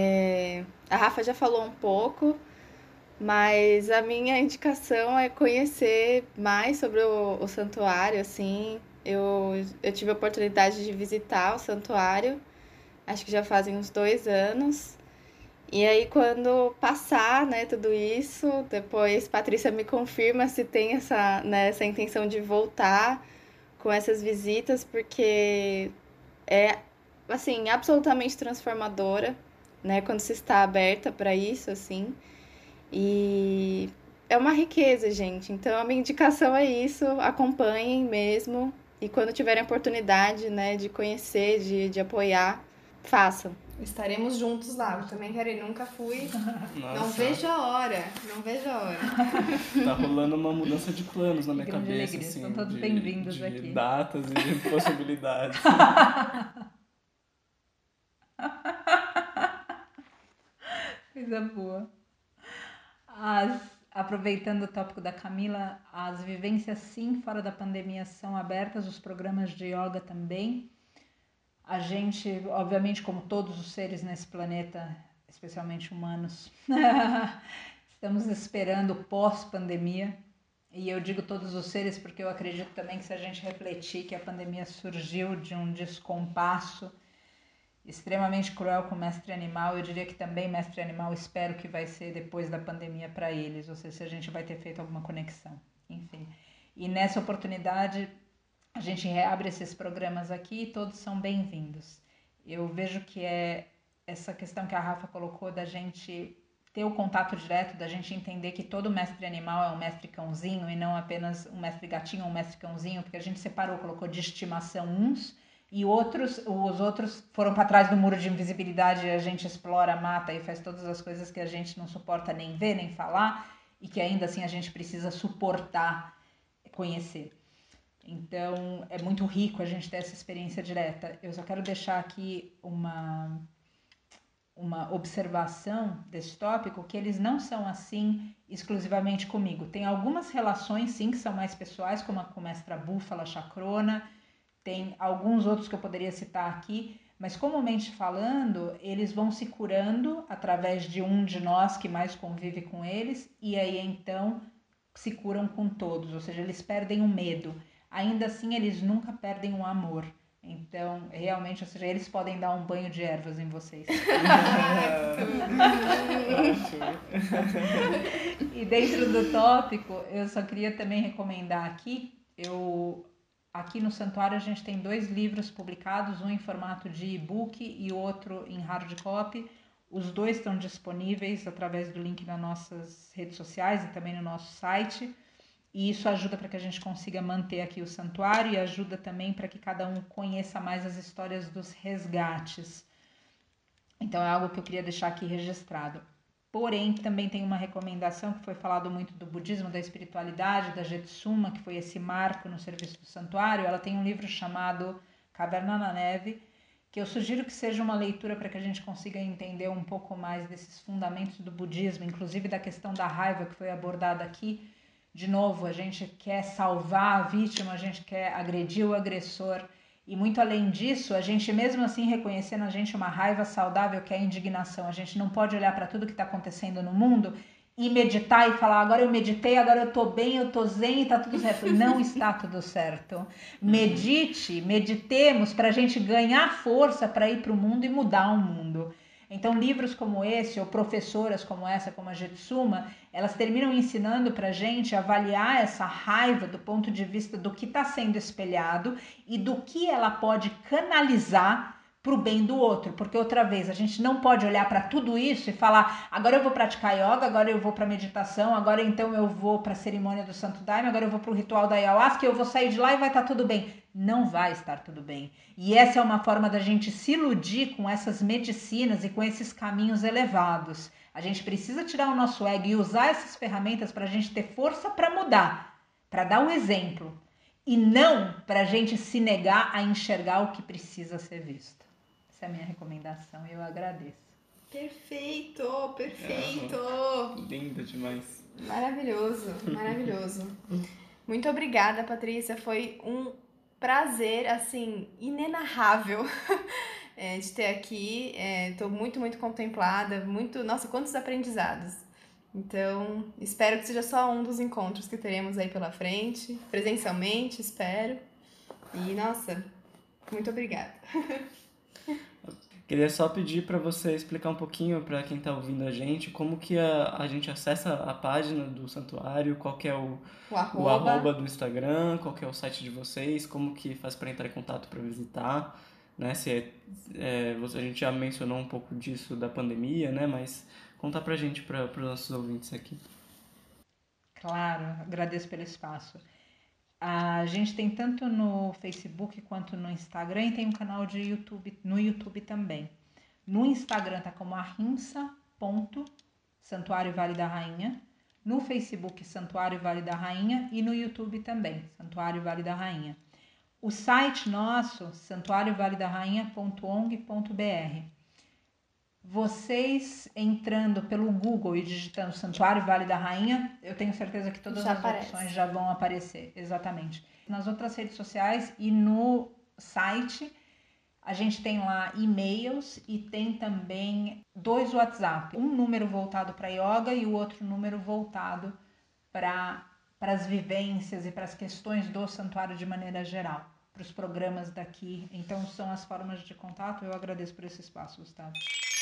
a Rafa já falou um pouco, mas a minha indicação é conhecer mais sobre o santuário, assim. Eu tive a oportunidade de visitar o santuário, acho que já fazem uns 2 anos. E aí, quando passar, né, tudo isso, depois Patrícia me confirma se tem essa intenção de voltar com essas visitas, porque é, assim, absolutamente transformadora, né, quando se está aberta para isso, assim. E é uma riqueza, gente. Então, a minha indicação é isso, acompanhem mesmo. E quando tiverem oportunidade, né, de conhecer, de apoiar, façam. Estaremos juntos lá. Eu também quero ir, nunca fui. Nossa. Não vejo a hora. Tá rolando uma mudança de planos na minha cabeça, alegria. assim, Estão todos bem-vindos aqui. De datas e de possibilidades. Coisa boa. Aproveitando o tópico da Camila, as vivências sim fora da pandemia são abertas, os programas de yoga também. A gente, obviamente, como todos os seres nesse planeta, especialmente humanos, estamos esperando pós-pandemia. E eu digo todos os seres porque eu acredito também que se a gente refletir que a pandemia surgiu de um descompasso extremamente cruel com o mestre animal, eu diria que também mestre animal espero que vai ser depois da pandemia para eles, ou seja, se a gente vai ter feito alguma conexão, enfim. E nessa oportunidade a gente reabre esses programas aqui e todos são bem-vindos. Eu vejo que é essa questão que a Rafa colocou da gente ter o contato direto, da gente entender que todo mestre animal é um mestre cãozinho e não apenas um mestre gatinho ou um mestre cãozinho, porque a gente separou, colocou de estimação uns e os outros foram para trás do muro de invisibilidade e a gente explora, mata e faz todas as coisas que a gente não suporta nem ver, nem falar e que ainda assim a gente precisa suportar, conhecer. Então, é muito rico a gente ter essa experiência direta. Eu só quero deixar aqui uma observação desse tópico, que eles não são assim exclusivamente comigo. Tem algumas relações, sim, que são mais pessoais, como a com a mestra Búfala Chacrona, tem alguns outros que eu poderia citar aqui, mas comumente falando, eles vão se curando através de um de nós que mais convive com eles, e aí então se curam com todos, ou seja, eles perdem o medo. Ainda assim, eles nunca perdem o amor. Então, realmente, ou seja, eles podem dar um banho de ervas em vocês. E dentro do tópico, eu só queria também recomendar aqui, eu aqui no Santuário a gente tem 2 livros publicados, um em formato de e-book e outro em hard copy. Os 2 estão disponíveis através do link nas nossas redes sociais e também no nosso site. E isso ajuda para que a gente consiga manter aqui o santuário e ajuda também para que cada um conheça mais as histórias dos resgates. Então é algo que eu queria deixar aqui registrado. Porém, também tem uma recomendação que foi falado muito do budismo, da espiritualidade, da Jetsuma, que foi esse marco no serviço do santuário. Ela tem um livro chamado Caverna na Neve, que eu sugiro que seja uma leitura para que a gente consiga entender um pouco mais desses fundamentos do budismo, inclusive da questão da raiva que foi abordada aqui. De novo, a gente quer salvar a vítima, a gente quer agredir o agressor. E muito além disso, a gente mesmo assim reconhecendo a gente uma raiva saudável, que é a indignação. A gente não pode olhar para tudo que está acontecendo no mundo e meditar e falar, agora eu meditei, agora eu estou bem, eu estou zen e está tudo certo. Não está tudo certo. Meditemos para a gente ganhar força para ir para o mundo e mudar o mundo. Então, livros como esse, ou professoras como essa, como a Jetsuma, elas terminam ensinando para a gente a avaliar essa raiva do ponto de vista do que está sendo espelhado e do que ela pode canalizar para o bem do outro. Porque, outra vez, a gente não pode olhar para tudo isso e falar, agora eu vou praticar yoga, agora eu vou para meditação, agora então eu vou para a cerimônia do Santo Daime, agora eu vou para o ritual da Ayahuasca e eu vou sair de lá e vai estar tudo bem. Não vai estar tudo bem. E essa é uma forma da gente se iludir com essas medicinas e com esses caminhos elevados. A gente precisa tirar o nosso ego e usar essas ferramentas para a gente ter força para mudar, para dar o exemplo. E não para a gente se negar a enxergar o que precisa ser visto. Essa é a minha recomendação e eu agradeço. Perfeito! Linda demais. Maravilhoso. Muito obrigada, Patrícia. Foi um prazer, assim, inenarrável de ter aqui. Estou muito, muito contemplada. Nossa, quantos aprendizados. Então, espero que seja só um dos encontros que teremos aí pela frente. Presencialmente, espero. E, nossa, muito obrigada. Queria só pedir para você explicar um pouquinho para quem está ouvindo a gente como que a gente acessa a página do santuário, qual que é o arroba do Instagram, qual que é o site de vocês, como que faz para entrar em contato para visitar, né? A gente já mencionou um pouco disso da pandemia, né? Mas conta pra gente, para os nossos ouvintes aqui. Claro, agradeço pelo espaço. A gente tem tanto no Facebook quanto no Instagram e tem um canal de YouTube, no YouTube também. No Instagram tá como ahimsa.santuário Vale da Rainha. No Facebook, Santuário Vale da Rainha. E no YouTube também, Santuário Vale da Rainha. O site nosso, santuariovaledarrainha.ong.br. Vocês entrando pelo Google e digitando Santuário Vale da Rainha, eu tenho certeza que todas as opções já vão aparecer. Exatamente. Nas outras redes sociais e no site, a gente tem lá e-mails e tem também 2 WhatsApp. Um número voltado para yoga e o outro número voltado para as vivências e para as questões do santuário de maneira geral, para os programas daqui. Então, são as formas de contato. Eu agradeço por esse espaço, Gustavo.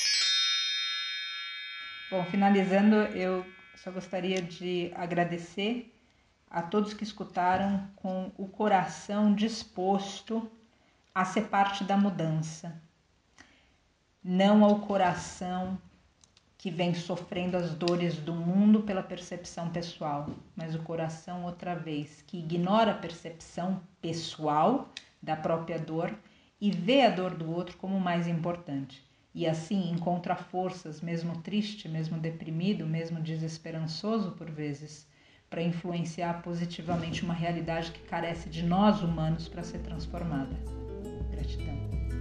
Bom, finalizando, eu só gostaria de agradecer a todos que escutaram com o coração disposto a ser parte da mudança. Não ao coração que vem sofrendo as dores do mundo pela percepção pessoal, mas o coração, outra vez, que ignora a percepção pessoal da própria dor e vê a dor do outro como mais importante. E assim encontra forças, mesmo triste, mesmo deprimido, mesmo desesperançoso por vezes, para influenciar positivamente uma realidade que carece de nós humanos para ser transformada. Gratidão.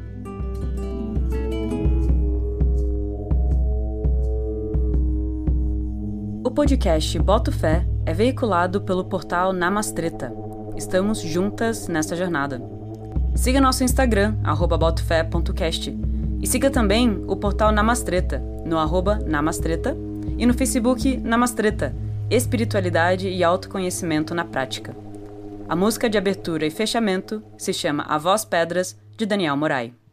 O podcast Boto Fé é veiculado pelo portal Namastreta. Estamos juntas nesta jornada. Siga nosso Instagram, @botofé.cast. E siga também o portal Namastreta, no @Namastreta, e no Facebook Namastreta, Espiritualidade e Autoconhecimento na Prática. A música de abertura e fechamento se chama A Voz Pedras, de Daniel Moraes.